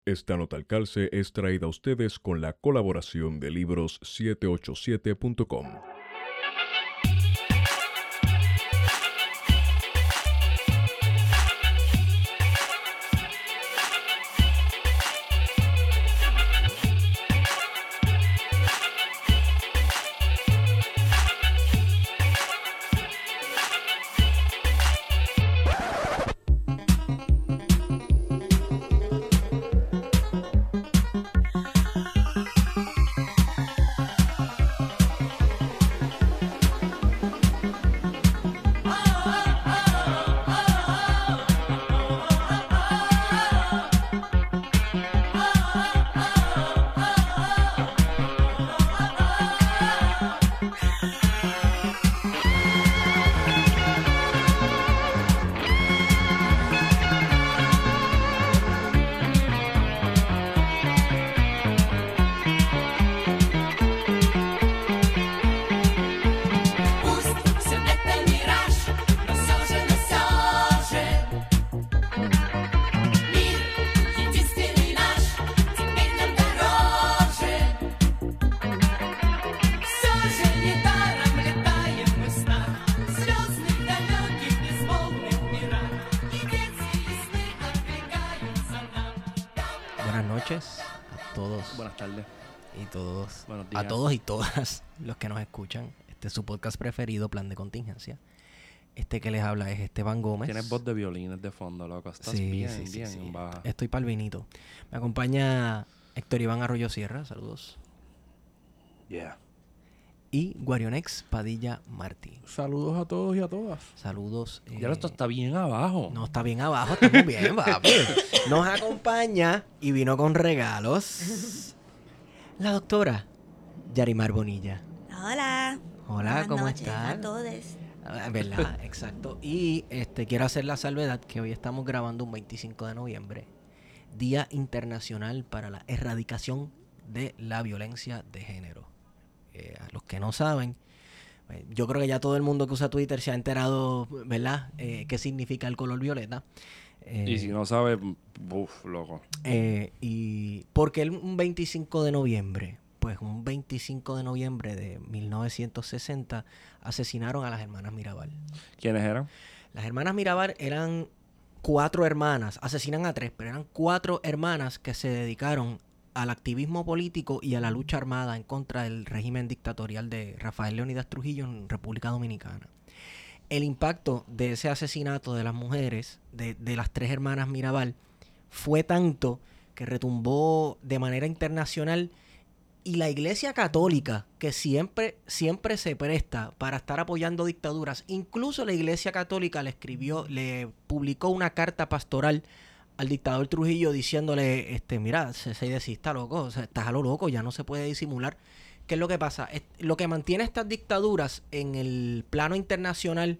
Esta nota al calce es traída a ustedes con la colaboración de libros787.com. Buenas tardes. Y todos, Buenos días. a todos y todas los que nos escuchan. Este es su podcast preferido, Plan de Contingencia. Este que les habla es Esteban Gómez. Tienes voz de violines de fondo, loco. Estás Sí, bien, sí, bien sí. baja. Estoy palvinito. Me acompaña Héctor Iván Arroyo Sierra, saludos. Yeah. Y Guarionex Padilla Martí. Saludos a todos y a todas. Saludos. Ya esto está bien abajo. No, está bien abajo, estamos bien, papi. Nos acompaña y vino con regalos la doctora Yarimar Bonilla. Hola. Hola, Buenas ¿cómo noches estás? a todos. ¿Verdad? Exacto. Y quiero hacer la salvedad que hoy estamos grabando un 25 de noviembre, Día Internacional para la Erradicación de la Violencia de Género. A los que no saben, yo creo que ya todo el mundo que usa Twitter se ha enterado, ¿verdad? ¿Qué significa el color violeta? Y si no sabes, loco. Y ¿por qué un 25 de noviembre? Pues un 25 de noviembre de 1960 asesinaron a las hermanas Mirabal. ¿Quiénes eran? Las hermanas Mirabal eran 4 hermanas, asesinan a 3, pero eran 4 hermanas que se dedicaron al activismo político y a la lucha armada en contra del régimen dictatorial de Rafael Leónidas Trujillo en República Dominicana. El impacto de ese asesinato de las mujeres, de las 3 hermanas Mirabal, fue tanto que retumbó de manera internacional, y la Iglesia Católica, que siempre se presta para estar apoyando dictaduras, incluso la Iglesia Católica le publicó una carta pastoral al dictador Trujillo diciéndole, mira, se está loco, o sea, estás a lo loco, ya no se puede disimular. ¿Qué es lo que pasa? Lo que mantiene estas dictaduras en el plano internacional,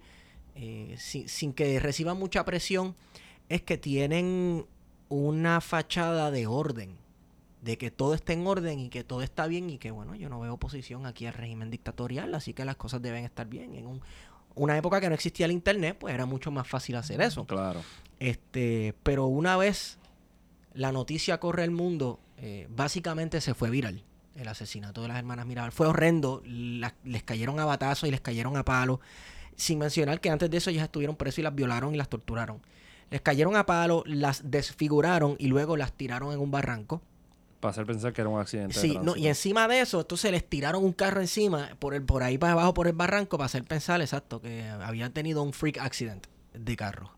sin que reciban mucha presión, es que tienen una fachada de orden, de que todo está en orden y que todo está bien y que, bueno, yo no veo oposición aquí al régimen dictatorial, así que las cosas deben estar bien. En una época que no existía el internet, pues era mucho más fácil hacer eso. Claro. Pero una vez la noticia corre el mundo, básicamente se fue viral. El asesinato de las hermanas Mirabal fue horrendo, les cayeron a batazos y les cayeron a palos, sin mencionar que antes de eso ellas estuvieron presas y las violaron y las torturaron. Les cayeron a palos, las desfiguraron y luego las tiraron en un barranco. Para hacer pensar que era un accidente de Sí, tránsito. y encima de eso, entonces les tiraron un carro encima, por ahí para abajo, por el barranco, para hacer pensar, exacto, que habían tenido un freak accident de carro.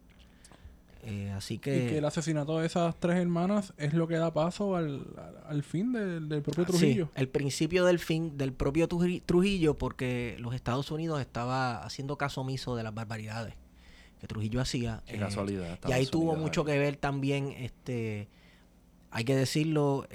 Así que... Y que el asesinato de esas 3 hermanas es lo que da paso al fin del propio Trujillo. Sí, el principio del fin del propio Trujillo, porque los Estados Unidos estaba haciendo caso omiso de las barbaridades que Trujillo hacía. Qué casualidad. Y ahí Estados tuvo Unidos, mucho que ver también, hay que decirlo,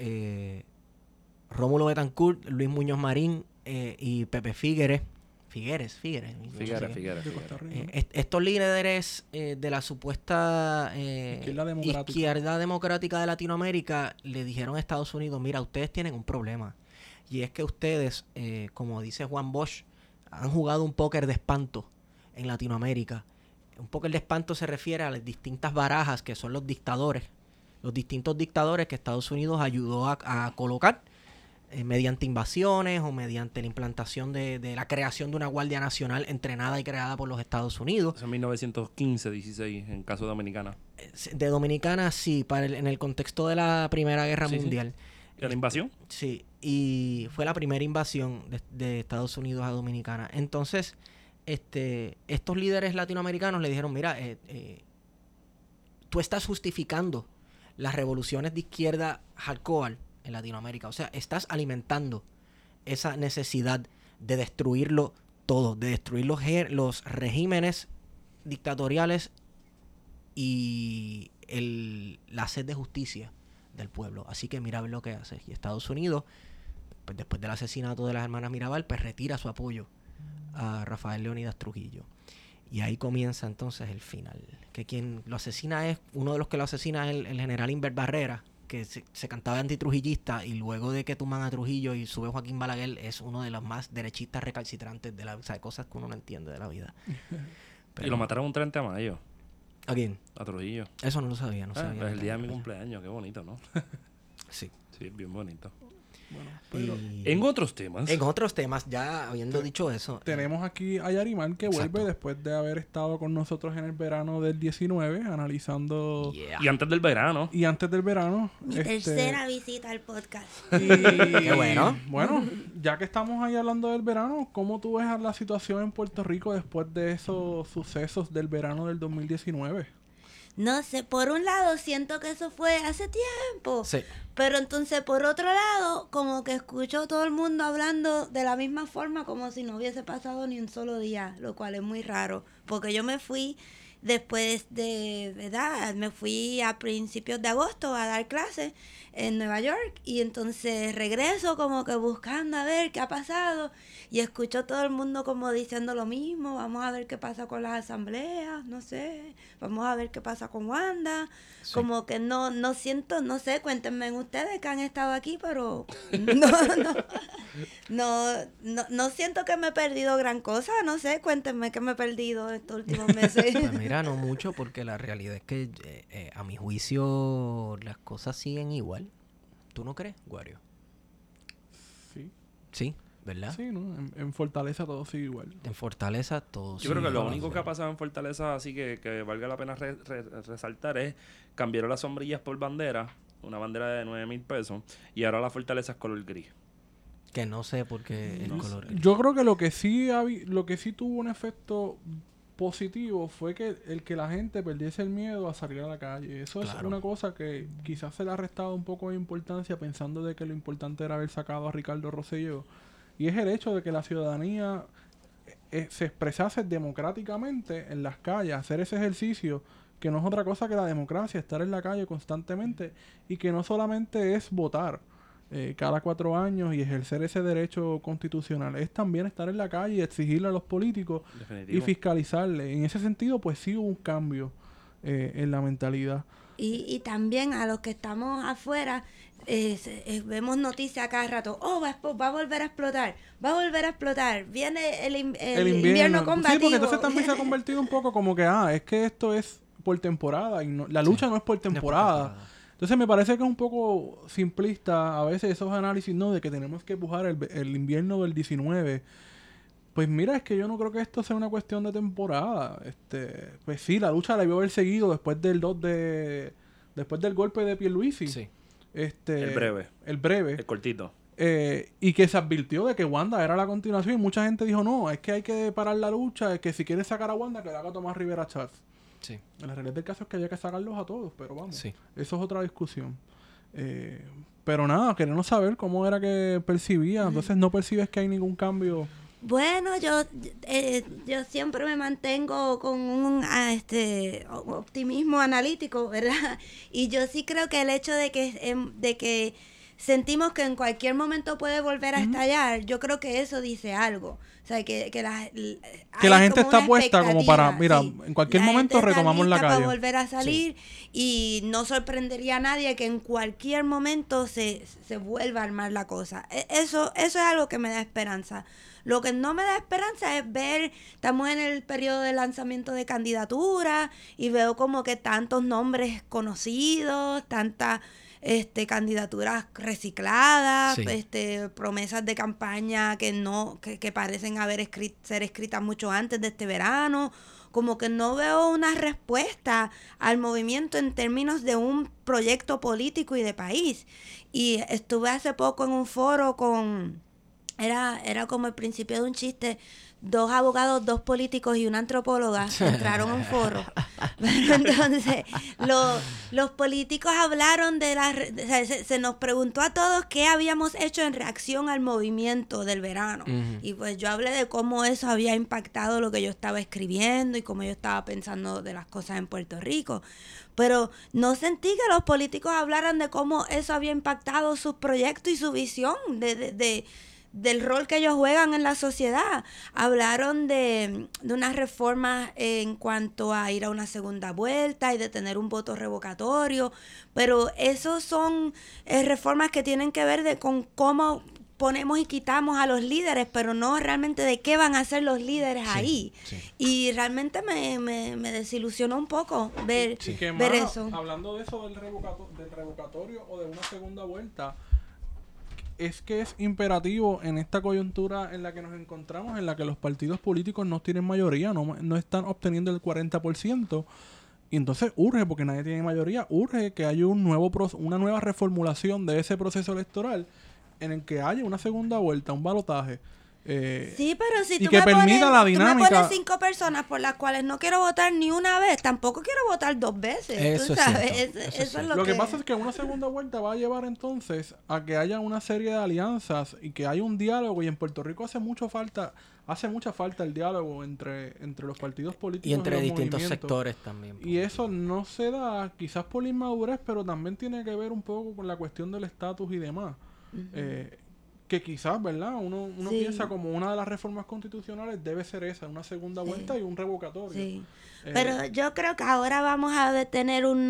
Rómulo Betancourt, Luis Muñoz Marín y Pepe Figueres. Figueres. De Costa Rica. Estos líderes de la supuesta izquierda democrática de Latinoamérica le dijeron a Estados Unidos, mira, ustedes tienen un problema. Y es que ustedes, como dice Juan Bosch, han jugado un póker de espanto en Latinoamérica. Un póker de espanto se refiere a las distintas barajas que son los dictadores los distintos dictadores que Estados Unidos ayudó a colocar mediante invasiones o mediante la implantación de la creación de una Guardia Nacional entrenada y creada por los Estados Unidos. Eso en 1915-16, en caso de Dominicana. De Dominicana, sí, en el contexto de la Primera Guerra Mundial. ¿De la invasión? Sí, y fue la primera invasión de Estados Unidos a Dominicana. Entonces, estos líderes latinoamericanos le dijeron, mira, tú estás justificando las revoluciones de izquierda hardcore en Latinoamérica. O sea, estás alimentando esa necesidad de destruirlo todo, de destruir los regímenes dictatoriales y la sed de justicia del pueblo. Así que mira a ver lo que hace. Y Estados Unidos, pues después del asesinato de las hermanas Mirabal, pues retira su apoyo a Rafael Leónidas Trujillo. Y ahí comienza entonces el final. Que quien lo asesina uno de los que lo asesina es el general Inver Barrera, que se cantaba antitrujillista, y luego de que tuman a Trujillo y sube Joaquín Balaguer, es uno de los más derechistas recalcitrantes de o sea, cosas que uno no entiende de la vida. Pero, y lo mataron un 30 de mayo. ¿A quién? A Trujillo. Eso no lo sabía, no sabía. Es el día de mi cumpleaños, qué bonito, ¿no? Sí. Sí, bien bonito. Bueno, pero En otros temas. En otros temas, ya habiendo dicho eso. tenemos aquí a Yarimar que Exacto. vuelve después de haber estado con nosotros en el verano del 19, analizando... Yeah. Y antes del verano. Y antes del verano... Mi tercera visita al podcast. Qué bueno. Bueno, ya que estamos ahí hablando del verano, ¿cómo tú ves la situación en Puerto Rico después de esos sucesos del verano del 2019? No sé, por un lado siento que eso fue hace tiempo. Sí. Pero entonces por otro lado, como que escucho todo el mundo hablando de la misma forma como si no hubiese pasado ni un solo día, lo cual es muy raro. Porque yo me fui después de, ¿verdad? Me fui a principios de agosto a dar clases en Nueva York y entonces regreso como que buscando a ver qué ha pasado y escucho todo el mundo como diciendo lo mismo, vamos a ver qué pasa con las asambleas, no sé, vamos a ver qué pasa con Wanda, Sí. como que no siento, no sé, cuéntenme ustedes que han estado aquí, pero no siento que me he perdido gran cosa, no sé, cuéntenme qué me he perdido estos últimos meses. Pues mira, no mucho, porque la realidad es que a mi juicio las cosas siguen igual. ¿Tú no crees, Wario? Sí. Sí, ¿verdad? Sí, ¿no? En Fortaleza todo sigue igual. En Fortaleza todo Yo creo que sigue lo igual. único que ha pasado en Fortaleza, así que valga la pena resaltar, es cambiaron las sombrillas por bandera, una bandera de 9,000 pesos, y ahora la Fortaleza es color gris. Que no sé por qué el color gris. Yo creo que lo que sí tuvo un efecto positivo fue que la gente perdiese el miedo a salir a la calle. Eso es Claro. una cosa que quizás se le ha restado un poco de importancia pensando de que lo importante era haber sacado a Ricardo Rosselló. Y es el hecho de que la ciudadanía se expresase democráticamente en las calles, hacer ese ejercicio que no es otra cosa que la democracia, estar en la calle constantemente y que no solamente es votar cada 4 años y ejercer ese derecho constitucional, es también estar en la calle y exigirle a los políticos Definitivo. y fiscalizarle. En ese sentido, pues sí hubo un cambio en la mentalidad. Y también a los que estamos afuera, vemos noticias cada rato, va a volver a explotar, viene el invierno combativo. Sí, porque entonces también se ha convertido un poco como que, es que esto es por temporada y no, la lucha no es por temporada. Entonces me parece que es un poco simplista a veces esos análisis, ¿no? De que tenemos que empujar el invierno del 19. Pues mira, es que yo no creo que esto sea una cuestión de temporada. Pues sí, la lucha la debió haber seguido después del golpe de Pierluisi. Sí. El breve. El cortito. Y que se advirtió de que Wanda era la continuación y mucha gente dijo, no, es que hay que parar la lucha, es que si quieres sacar a Wanda, que la haga Tomás Rivera Chávez. Sí. La realidad del caso es que había que sacarlos a todos, pero vamos, Sí. eso es otra discusión. Pero nada, queremos saber cómo era que percibía. Entonces no percibes que hay ningún cambio. Bueno, yo siempre me mantengo con un optimismo analítico, ¿verdad? Y yo sí creo que el hecho de que sentimos que en cualquier momento puede volver a estallar, yo creo que eso dice algo. O sea, que la hay gente como está una puesta como para, expectativa, mira, en cualquier La momento gente está retomamos la lista calle. para volver a salir y no sorprendería a nadie que en cualquier momento se vuelva a armar la cosa. Eso es algo que me da esperanza. Lo que no me da esperanza es ver, estamos en el periodo de lanzamiento de candidaturas y veo como que tantos nombres conocidos, tantas candidaturas recicladas, Sí. Promesas de campaña que parecen ser escritas mucho antes de este verano. Como que no veo una respuesta al movimiento en términos de un proyecto político y de país. Y estuve hace poco en un foro era como el principio de un chiste. 2 abogados, 2 políticos y una antropóloga entraron a un foro. Pero entonces, los políticos hablaron se nos preguntó a todos qué habíamos hecho en reacción al movimiento del verano. Y pues yo hablé de cómo eso había impactado lo que yo estaba escribiendo y cómo yo estaba pensando de las cosas en Puerto Rico. Pero no sentí que los políticos hablaran de cómo eso había impactado sus proyectos y su visión del rol que ellos juegan en la sociedad. Hablaron de unas reformas en cuanto a ir a una segunda vuelta y de tener un voto revocatorio, pero esos son reformas que tienen que ver con cómo ponemos y quitamos a los líderes, pero no realmente de qué van a hacer los líderes ahí. Sí. Y realmente me desilusionó un poco ver eso. Hablando de eso del revocatorio o de una segunda vuelta, es que es imperativo en esta coyuntura en la que nos encontramos, en la que los partidos políticos no tienen mayoría, no están obteniendo el 40%, y entonces urge, porque nadie tiene mayoría, urge que haya una nueva reformulación de ese proceso electoral en el que haya una segunda vuelta, un balotaje. Sí, pero si y tú que me permita pones, la tú me dinámica. pones 5 personas por las cuales no quiero votar ni una vez, tampoco quiero votar 2 veces. Eso tú es sabes, cierto, eso es Lo que pasa es que una segunda vuelta va a llevar entonces a que haya una serie de alianzas y que haya un diálogo, y en Puerto Rico hace mucha falta el diálogo entre los partidos políticos Y entre los distintos movimientos. sectores también. Y eso no se da quizás por la inmadurez, pero también tiene que ver un poco con la cuestión del estatus y demás. Que quizás, ¿verdad? Uno Sí. piensa como una de las reformas constitucionales debe ser esa, una segunda vuelta y un revocatorio. Sí. Pero yo creo que ahora vamos a tener algo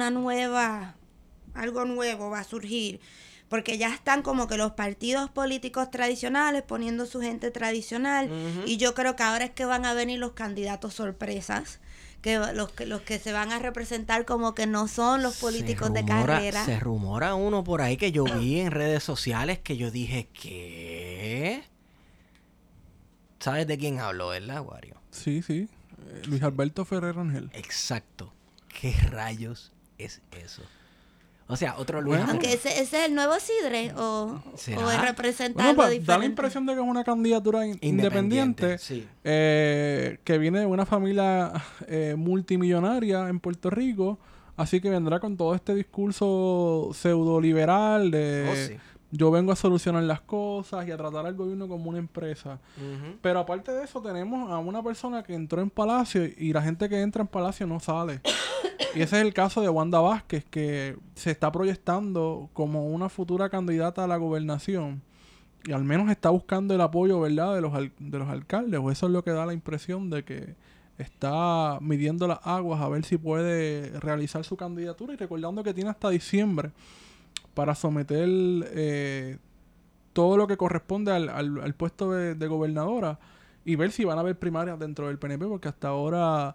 nuevo va a surgir, porque ya están como que los partidos políticos tradicionales poniendo su gente tradicional, y yo creo que ahora es que van a venir los candidatos sorpresas, que los que se van a representar como que no son los políticos de carrera. Se rumora uno por ahí que yo vi en redes sociales que yo dije, ¿qué? ¿Sabes de quién hablo, verdad, Wario? Sí. Luis Alberto Ferrer Rangel. Exacto. ¿Qué rayos es eso? O sea, otro Luis Bueno. Aunque ese es el nuevo Sidre o ¿Será? representa algo diferente. Da la impresión de que es una candidatura independiente Sí. que viene de una familia multimillonaria en Puerto Rico, así que vendrá con todo este discurso pseudo-liberal de yo vengo a solucionar las cosas y a tratar al gobierno como una empresa. Pero aparte de eso tenemos a una persona que entró en Palacio y la gente que entra en Palacio no sale. Y ese es el caso de Wanda Vázquez, que se está proyectando como una futura candidata a la gobernación. Y al menos está buscando el apoyo, ¿verdad?, de los alcaldes. O eso es lo que da la impresión de que está midiendo las aguas a ver si puede realizar su candidatura. Y recordando que tiene hasta diciembre para someter todo lo que corresponde al puesto de gobernadora y ver si van a haber primarias dentro del PNP, porque hasta ahora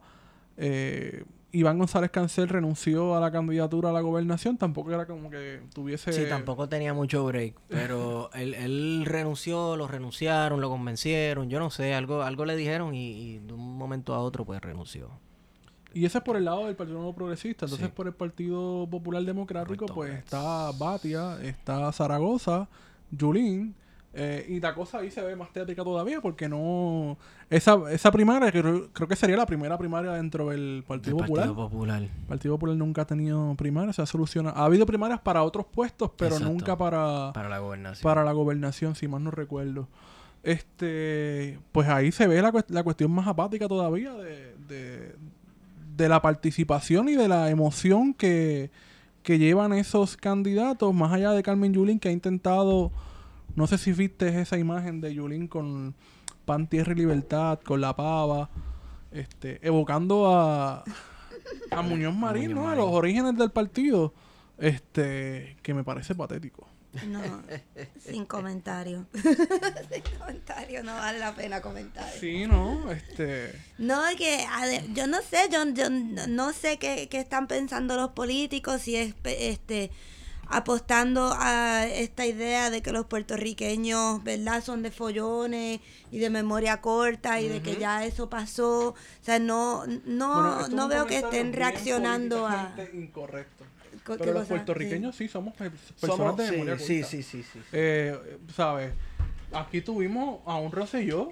Iván González Cancel renunció a la candidatura a la gobernación. Tampoco era como que tuviese... Sí, tampoco tenía mucho break, pero él renunció, lo renunciaron, lo convencieron, yo no sé, algo le dijeron y de un momento a otro pues renunció. Y ese es por el lado del Partido Nuevo Progresista. Entonces, por el Partido Popular Democrático, pues está Batia, está Zaragoza, Yulín, y la cosa ahí se ve más tétrica todavía porque no... Esa primaria, que creo que sería la primera primaria dentro del Partido Popular. El Partido Popular nunca ha tenido primarias, se ha solucionado. Ha habido primarias para otros puestos, pero nunca para la gobernación. Para la gobernación, si mal no recuerdo. Pues ahí se ve la cuestión más apática todavía de la participación y de la emoción que que llevan esos candidatos, más allá de Carmen Yulín, que ha intentado, no sé si viste esa imagen de Yulín con Pan, Tierra y Libertad, con la pava, evocando a Muñoz Marín, ¿no? A los orígenes del partido, que me parece patético. No, sin comentario. Sin comentario, no vale la pena comentar. Sí, ¿no? No, es que yo no sé, yo no sé qué están pensando los políticos, si es apostando a esta idea de que los puertorriqueños, ¿verdad?, son de follones y de memoria corta y de que ya eso pasó. O sea, no veo que estén reaccionando a... incorrecto. ¿Qué Pero los cosa? puertorriqueños sí somos personas de memoria corta. Sí. ¿Sabes? Aquí tuvimos a un Rosselló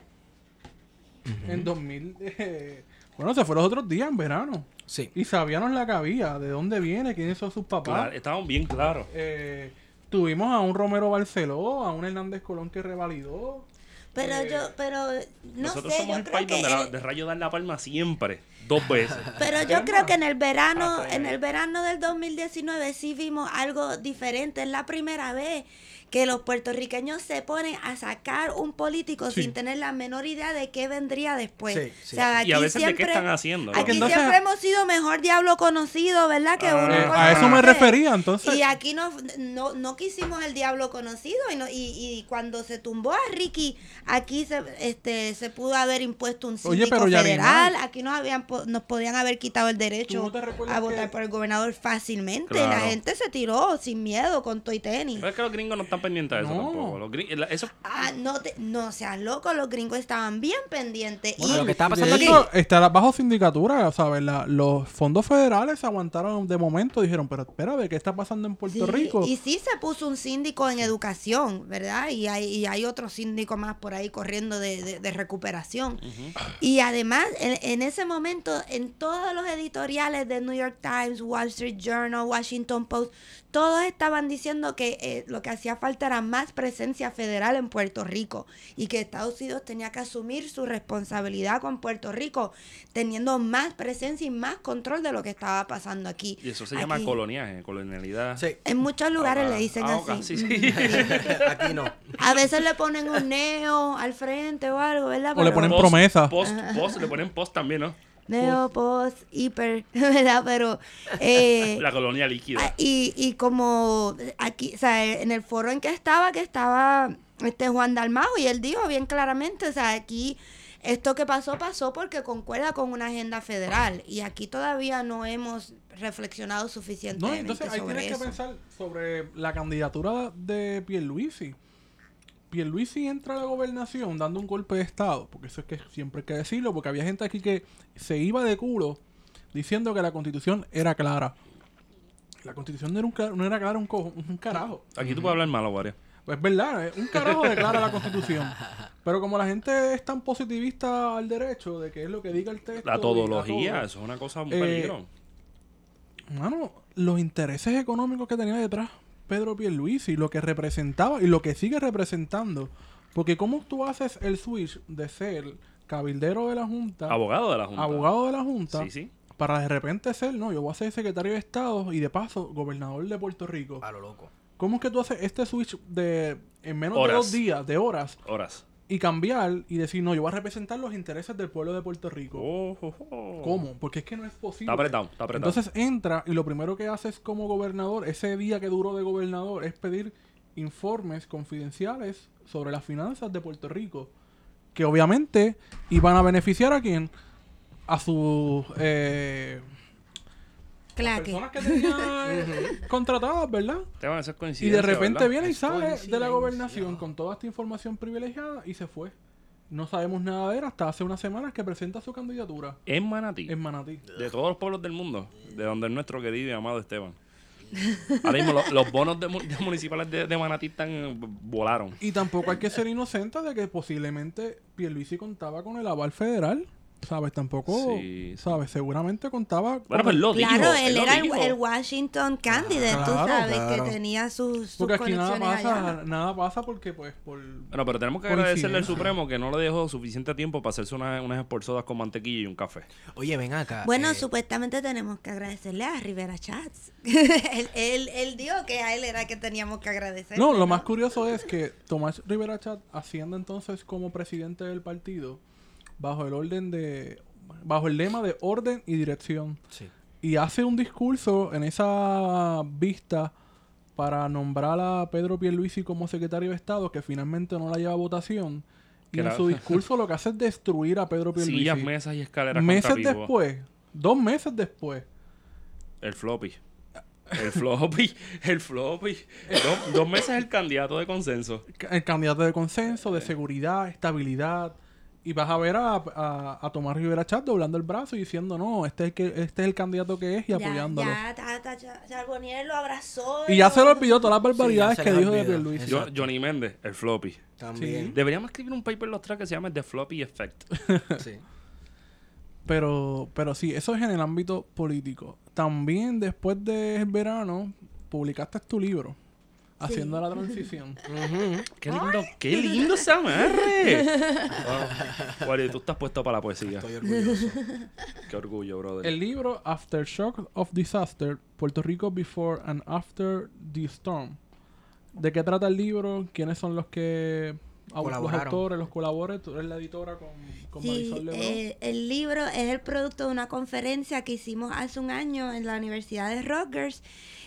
en 2000... bueno, se fue los otros días en verano. Sí. Y sabíamos la que había, de dónde viene, quiénes son sus papás. Claro, estaban bien claros. Tuvimos a un Romero Barceló, a un Hernández Colón que revalidó. Pero no Nosotros sé, somos yo el creo país que donde de Rayo dan la palma siempre, 2 veces. pero yo creo que en el verano, Ah, está bien. en el verano del 2019 sí vimos algo diferente. Es la primera vez que los puertorriqueños se ponen a sacar un político Sí. sin tener la menor idea de qué vendría después. Sí, sí. O sea, Y a aquí veces de qué están haciendo. ¿no? Aquí Entonces- siempre hemos sido mejor diablo conocido, ¿verdad? Que uno a eso me conoce. refería, entonces. Y aquí no quisimos el diablo conocido y cuando se tumbó a Ricky, aquí se pudo haber impuesto un Oye, síndico pero Yarimar, federal, aquí nos podían haber quitado el ¿tú derecho no te recuerdas a votar que- por el gobernador fácilmente. Claro. La gente se tiró sin miedo con toy tenis. Pero es que los gringos no están pendientes de eso No. tampoco. Eso, No seas loco, los gringos estaban bien pendientes. Bueno, y lo que está de pasando aquí- hecho, está bajo sindicatura, ¿sabes? Los fondos federales se aguantaron de momento, dijeron, pero espérate, ¿qué está pasando en Puerto Sí, Rico? Y sí se puso un síndico en educación, ¿verdad? Y hay otro síndico más por ahí corriendo de recuperación. Y además, en ese momento, en todos los editoriales de New York Times, Wall Street Journal, Washington Post, todos estaban diciendo que lo que hacía falta era más presencia federal en Puerto Rico y que Estados Unidos tenía que asumir su responsabilidad con Puerto Rico, teniendo más presencia y más control de lo que estaba pasando aquí. y eso se llama Aquí- colonialidad. Sí. En muchos lugares le dicen ok, así. sí. Aquí no. A veces le ponen un neo al frente o algo, ¿verdad? O le Pero- ponen promesa. Post, le ponen post también, ¿no? Neo, post, hiper, ¿verdad? Pero... La colonia líquida. y como aquí, o sea, en el foro en que estaba Juan Dalmau, y él dijo bien claramente, o sea, aquí esto que pasó porque concuerda con una agenda federal y aquí todavía no hemos reflexionado No, suficientemente entonces ahí sobre tienes que eso. pensar sobre la candidatura de Pierluisi. Pierluisi entra a la gobernación dando un golpe de estado, porque eso es que siempre hay que decirlo, porque había gente aquí que se iba de culo diciendo que la constitución era clara. La constitución no era clara un carajo. Aquí tú puedes hablar malo, Guardia. Pues es verdad, un carajo declara la constitución. Pero como la gente es tan positivista al derecho de que es lo que diga el texto. La y todología, todo, eso es una cosa, un peligro. Mano, los intereses económicos que tenía detrás Pedro Pierluisi, lo que representaba y lo que sigue representando. Porque cómo tú haces el switch de ser cabildero de la Junta, Abogado de la Junta. abogado de la Junta, Sí, sí. para de repente ser, no, yo voy a ser secretario de Estado y de paso gobernador de Puerto Rico. A lo loco. ¿Cómo es que tú haces este switch en menos Horas. de 2 días, de horas, Horas. y cambiar y decir, no, yo voy a representar los intereses del pueblo de Puerto Rico? ¿Cómo? Porque es que no es posible. Está apretado, está apretado. Entonces entra y lo primero que haces como gobernador, ese día que duró de gobernador, es pedir informes confidenciales sobre las finanzas de Puerto Rico. Que obviamente iban a beneficiar a quién? A sus Claque. personas que tenían contratadas, ¿verdad? Te van a hacer Y coincidencia, de repente ¿verdad? viene y Es sale de la coincidencia. gobernación con toda esta información privilegiada y se fue. No sabemos nada de él hasta hace unas semanas que presenta su candidatura En Manatí. en Manatí. De todos los pueblos del mundo. De donde es nuestro querido y amado Esteban. Ahora mismo los bonos de municipales de Manatí volaron. Y tampoco hay que ser inocente de que posiblemente Pierluisi contaba con el aval federal. ¿Sabes? Tampoco, Sí. ¿sabes? Seguramente contaba... Bueno, pues lo dijo. Claro, él lo era dijo. el Washington candidate, tú Claro, sabes, claro. que tenía sus Porque aquí conexiones allá. nada pasa porque, pues, por... Bueno, pero tenemos que Coincidencia. agradecerle al Supremo que no le dejó suficiente tiempo para hacerse unas esporzadas con mantequilla y un café. Oye, ven acá. Bueno, supuestamente tenemos que agradecerle a Rivera Chats. él dijo que a él era que teníamos que agradecerle. No, lo más curioso es que Tomás Rivera Chat asciende entonces como presidente del partido bajo el lema de orden y dirección. Sí. Y hace un discurso en esa vista para nombrar a Pedro Pierluisi como secretario de Estado, que finalmente no la lleva a votación. Y Que en era- su discurso lo que hace es destruir a Pedro Pierluisi. Sillas, mesas y escaleras Meses contra vivo. después, 2 meses después, El floppy. El floppy. 2 meses el candidato de consenso. el candidato de consenso, de seguridad, estabilidad. Y vas a ver a Tomás Rivera Chat doblando el brazo y diciendo, no, este es el candidato que es y apoyándolo. Charbonnier lo abrazó. Y ya se le olvidó todas las barbaridades Sí, ya se que les dijo de olvidó. Pierluisi. Exacto. Johnny Méndez, el floppy. También. Deberíamos escribir un paper los tres que se llame The Floppy Effect. Sí. Pero sí, eso es en el ámbito político. También después del verano publicaste tu libro, Haciendo la Transición. Qué lindo ese amarre. Wally, tú estás puesto para la poesía. Estoy orgulloso. Qué orgullo, brother. El libro Aftershock of Disaster, Puerto Rico Before and After the Storm. ¿De qué trata el libro? ¿Quiénes son los que... los Colaboraron. autores, los colaboradores? Tú eres la editora con Sí, Marisol Lebrón. el libro es el producto de una conferencia que hicimos hace un año en la Universidad de Rutgers.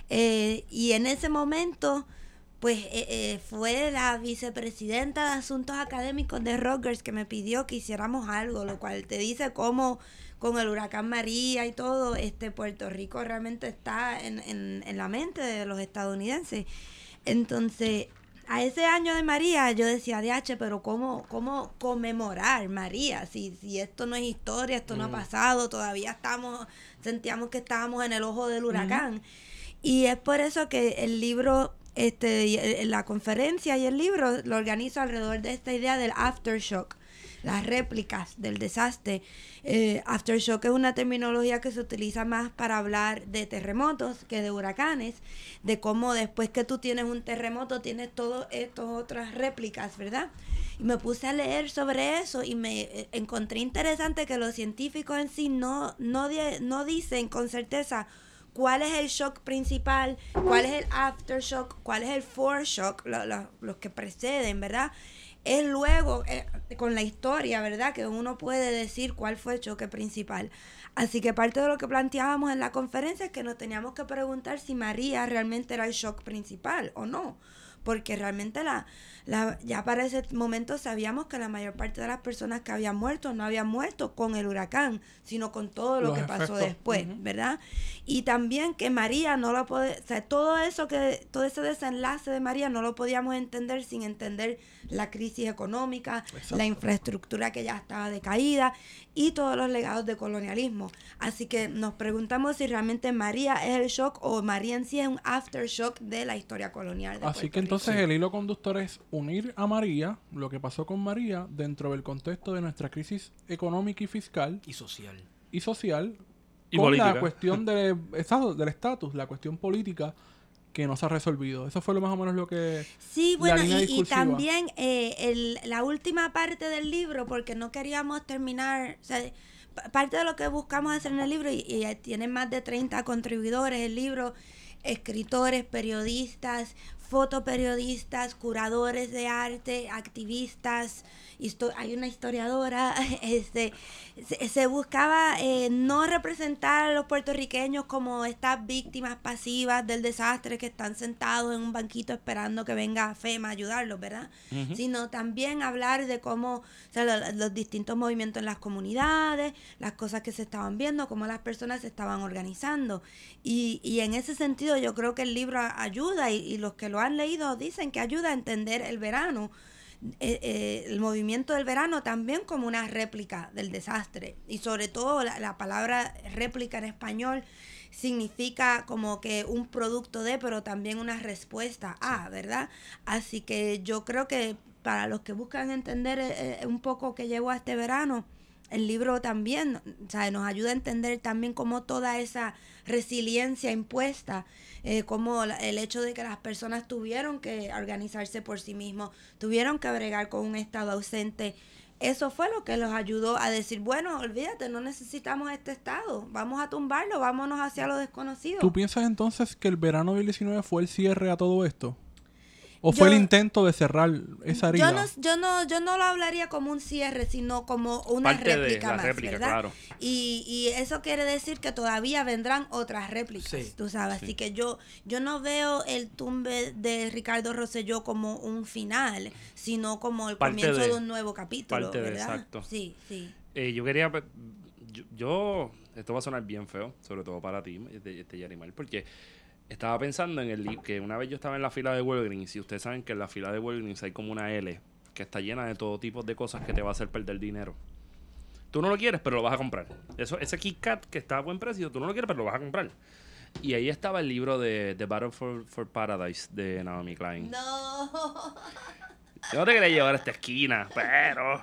Y en ese momento, pues fue la vicepresidenta de Asuntos Académicos de Rutgers que me pidió que hiciéramos algo, lo cual te dice cómo con el huracán María y todo, Puerto Rico realmente está en la mente de los estadounidenses. Entonces, a ese año de María yo decía, DH, pero ¿cómo conmemorar María? Si esto no es historia, esto no ha pasado, todavía sentíamos que estábamos en el ojo del huracán. Y es por eso que el libro, la conferencia y el libro lo organizo alrededor de esta idea del aftershock, las réplicas del desastre. Aftershock es una terminología que se utiliza más para hablar de terremotos que de huracanes, de cómo después que tú tienes un terremoto tienes todas estas otras réplicas, ¿verdad? Y me puse a leer sobre eso y me encontré interesante que los científicos en sí no dicen con certeza cuál es el shock principal, cuál es el aftershock, cuál es el foreshock, los que preceden, ¿verdad? Es luego, con la historia, ¿verdad?, que uno puede decir cuál fue el choque principal. Así que parte de lo que planteábamos en la conferencia es que nos teníamos que preguntar si María realmente era el shock principal o no. Porque realmente ya para ese momento sabíamos que la mayor parte de las personas que habían muerto no habían muerto con el huracán, sino con todo lo Los que pasó efectos. después, ¿verdad? Y también que María no lo puede, o sea, todo ese desenlace de María no lo podíamos entender sin entender la crisis económica, Exacto. la infraestructura que ya estaba decaída y todos los legados de colonialismo. Así que nos preguntamos si realmente María es el shock o María en sí es un aftershock de la historia colonial de Así Puerto que entonces Rico. el hilo conductor es unir a María, lo que pasó con María, dentro del contexto de nuestra crisis económica y fiscal Y social. y social, Y con política. la cuestión del estatus, la cuestión política que no se ha resolvido. Eso fue lo más o menos lo que... Sí, la bueno, línea y discursiva. también la última parte del libro, porque no queríamos terminar, o sea, parte de lo que buscamos hacer en el libro, y tiene más de 30 contribuidores el libro, escritores, periodistas, fotoperiodistas, curadores de arte, activistas, hay una historiadora, se buscaba no representar a los puertorriqueños como estas víctimas pasivas del desastre que están sentados en un banquito esperando que venga FEMA a ayudarlos, ¿verdad? Sino también hablar de cómo, o sea, los distintos movimientos en las comunidades, las cosas que se estaban viendo, cómo las personas se estaban organizando. Y en ese sentido yo creo que el libro ayuda, y los que lo han leído dicen que ayuda a entender el verano, el movimiento del verano también como una réplica del desastre. Y sobre todo la palabra réplica en español significa como que un producto de, pero también una respuesta a, ¿verdad? Así que yo creo que para los que buscan entender un poco qué llevó a este verano, el libro también, o sea, nos ayuda a entender también cómo toda esa resiliencia impuesta, como el hecho de que las personas tuvieron que organizarse por sí mismos, tuvieron que bregar con un Estado ausente. Eso fue lo que los ayudó a decir, bueno, olvídate, no necesitamos este Estado, vamos a tumbarlo, vámonos hacia lo desconocido. ¿Tú piensas entonces que el verano del 19 fue el cierre a todo esto? ¿O fue el intento de cerrar esa herida? Yo no lo hablaría como un cierre, sino como una Parte réplica de la más, réplica, ¿verdad? claro. Y eso quiere decir que todavía vendrán otras réplicas, Sí. tú sabes. Así que yo no veo el tumbe de Ricardo Rosselló como un final, sino como el Parte comienzo de- de un nuevo capítulo, parte de, ¿verdad? exacto. Sí, sí. Yo quería... Yo esto va a sonar bien feo, sobre todo para ti, Yarimar, porque estaba pensando en el libro, que una vez yo estaba en la fila de Walgreens, y ustedes saben que en la fila de Walgreens hay como una L, que está llena de todo tipo de cosas que te va a hacer perder dinero. Tú no lo quieres, pero lo vas a comprar. Ese Kit Kat que está a buen precio, tú no lo quieres, pero lo vas a comprar. Y ahí estaba el libro de The Battle for Paradise de Naomi Klein. No. Yo no te quería llevar a esta esquina, pero...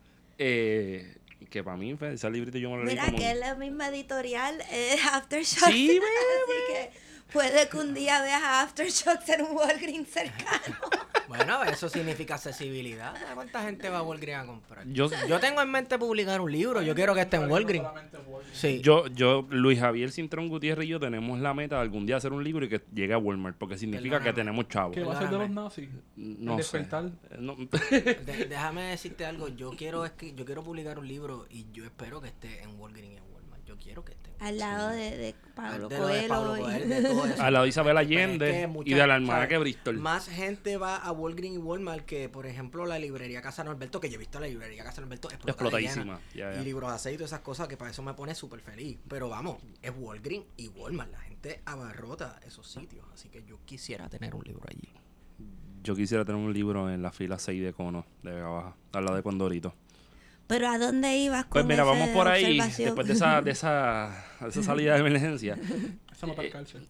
que para mí, ese librito yo me lo leí Mira como... que es la misma editorial, Aftershock. Sí, Así que puede que un día veas a Aftershock en un Walgreens cercano. Bueno, eso significa accesibilidad. ¿Sabes cuánta gente va a Walgreens a comprar? Yo- Yo tengo en mente publicar un libro. Yo quiero que esté en Walgreens. Sí. Luis Javier Cintrón Gutiérrez y yo tenemos la meta de algún día hacer un libro y que llegue a Walmart, porque significa que Perdóname. tenemos chavos. ¿Qué va a ser de los Perdóname. nazis? No El sé. despertar. No. Déjame decirte algo. Yo quiero publicar un libro y yo espero que esté en Walgreens y en Walmart. Yo quiero que esté. Al lado de Pablo De lo de Pablo Coelho. Coelho, de todo eso. Al lado de Isabel Pero es Allende que y de la ¿sabes? almanaque Bristol. Más gente va a Walgreens y Walmart que, por ejemplo, la librería Casa Norberto, que yo he visto la librería Casa Norberto Explotadísima. llena. Y libros de aceite y todas esas cosas, que para eso me pone súper feliz. Pero vamos, es Walgreens y Walmart. La gente abarrota esos sitios. Así que yo quisiera tener un libro allí. Yo quisiera tener un libro en la fila 6 de Cono, de Vega Baja, al lado de Condorito. Pero ¿a dónde ibas con Pues mira, esa vamos por ahí, observación? después de esa salida de emergencia. Eso no está en cárcel.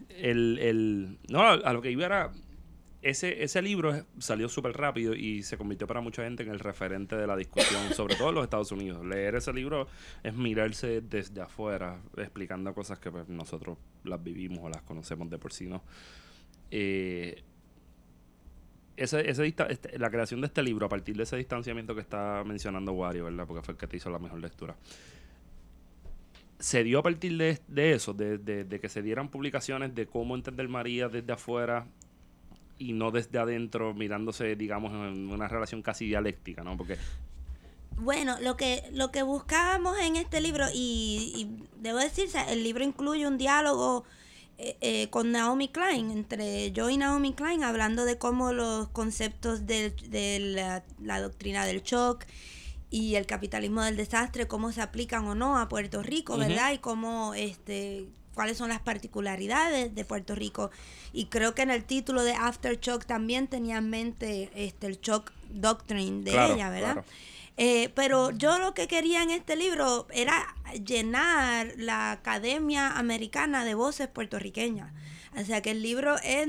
No, a lo que iba era... Ese libro salió súper rápido y se convirtió para mucha gente en el referente de la discusión, sobre todo en los Estados Unidos. Leer ese libro es mirarse desde afuera, explicando cosas que pues, nosotros las vivimos o las conocemos de por sí, ¿no? La creación de este libro, a partir de ese distanciamiento que está mencionando Wario, ¿verdad? Porque fue el que te hizo la mejor lectura. Se dio a partir de eso, de que se dieran publicaciones de cómo entender María desde afuera y no desde adentro, mirándose, digamos, en una relación casi dialéctica, ¿no? Porque Bueno, lo que buscábamos en este libro, y debo decir, o sea, el libro incluye un diálogo con Naomi Klein, entre yo y Naomi Klein, hablando de cómo los conceptos de la doctrina del shock y el capitalismo del desastre, cómo se aplican o no a Puerto Rico, ¿verdad? Y cómo cuáles son las particularidades de Puerto Rico. Y creo que en el título de Aftershock también tenía en mente el shock doctrine de Claro, ella, ¿verdad? claro. Pero yo lo que quería en este libro era llenar la Academia Americana de Voces Puertoroqueñas. O sea que el libro es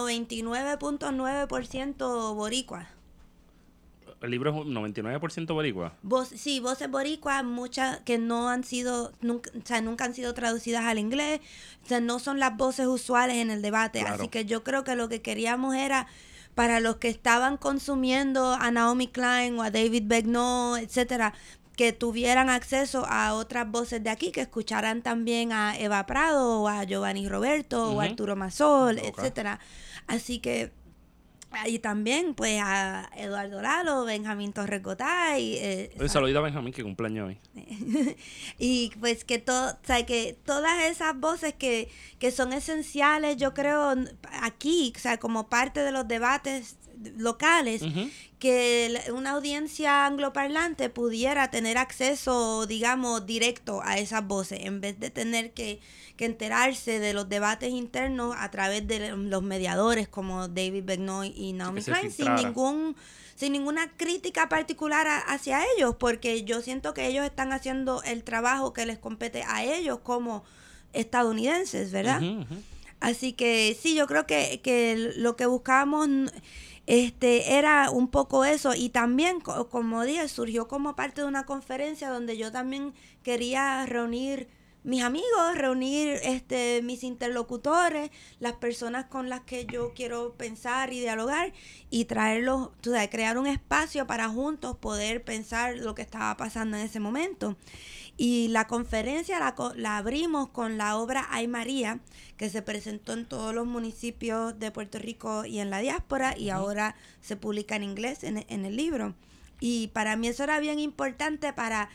99.9% boricua. el libro es un 99% boricua. Sí, voces boricuas, muchas que no han sido, nunca han sido traducidas al inglés, o sea, no son las voces usuales en el debate. Claro. Así que yo creo que lo que queríamos era, para los que estaban consumiendo a Naomi Klein o a David Begnaud, etcétera, que tuvieran acceso a otras voces de aquí, que escucharan también a Eva Prado, o a Giovanni Roberto, o a Arturo Masol, etcétera. Así que y también pues a Eduardo Lalo, Benjamín Torres Gotay, Un saludito a Benjamín, que cumpleaños hoy. y pues que que todas esas voces que son esenciales, yo creo, aquí, o sea, como parte de los debates locales, que una audiencia angloparlante pudiera tener acceso, digamos, directo a esas voces, en vez de tener que enterarse de los debates internos a través de los mediadores como David Begnaud y Naomi Klein, sin ninguna crítica particular hacia ellos, porque yo siento que ellos están haciendo el trabajo que les compete a ellos como estadounidenses, ¿verdad? Así que sí, yo creo que lo que buscábamos era un poco eso. Y también, como dije, surgió como parte de una conferencia donde yo también quería reunir mis amigos, reunir mis interlocutores, las personas con las que yo quiero pensar y dialogar, y traerlos, crear un espacio para juntos poder pensar lo que estaba pasando en ese momento. Y la conferencia la abrimos con la obra Ay María, que se presentó en todos los municipios de Puerto Rico y en la diáspora, y ahora se publica en inglés en el libro. Y para mí eso era bien importante para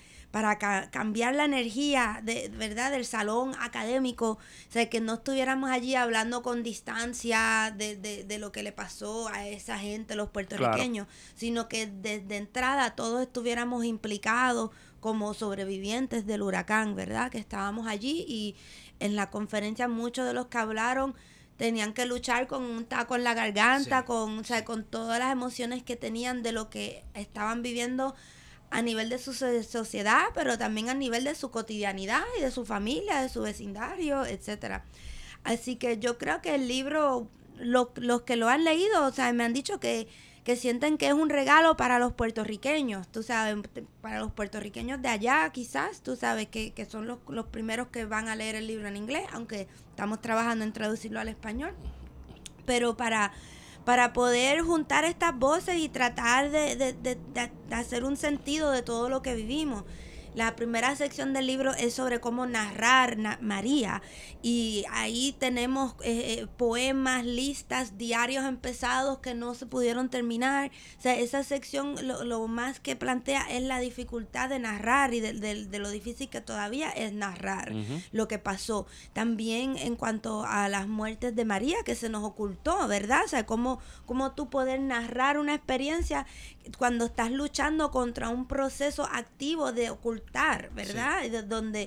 cambiar la energía ¿verdad? Del salón académico, o sea, que no estuviéramos allí hablando con distancia de lo que le pasó a esa gente, los puertorriqueños, sino que desde entrada todos estuviéramos implicados como sobrevivientes del huracán, ¿verdad? Que estábamos allí, y en la conferencia muchos de los que hablaron tenían que luchar con un taco en la garganta, con todas las emociones que tenían de lo que estaban viviendo a nivel de su sociedad, pero también a nivel de su cotidianidad y de su familia, de su vecindario, etcétera. Así que yo creo que el libro, los que lo han leído, me han dicho que sienten que es un regalo para los puertorriqueños, para los puertorriqueños de allá, quizás, que son los primeros que van a leer el libro en inglés, aunque estamos trabajando en traducirlo al español, pero para poder juntar estas voces y tratar de hacer un sentido de todo lo que vivimos. La primera sección del libro es sobre cómo narrar María, y ahí tenemos poemas, listas, diarios empezados que no se pudieron terminar. O sea, esa sección lo más que plantea es la dificultad de narrar y de lo difícil que todavía es narrar lo que pasó. También en cuanto a las muertes de María, que se nos ocultó, ¿verdad? O sea, cómo tú poder narrar una experiencia cuando estás luchando contra un proceso activo de ocultar, ¿verdad? Sí. Donde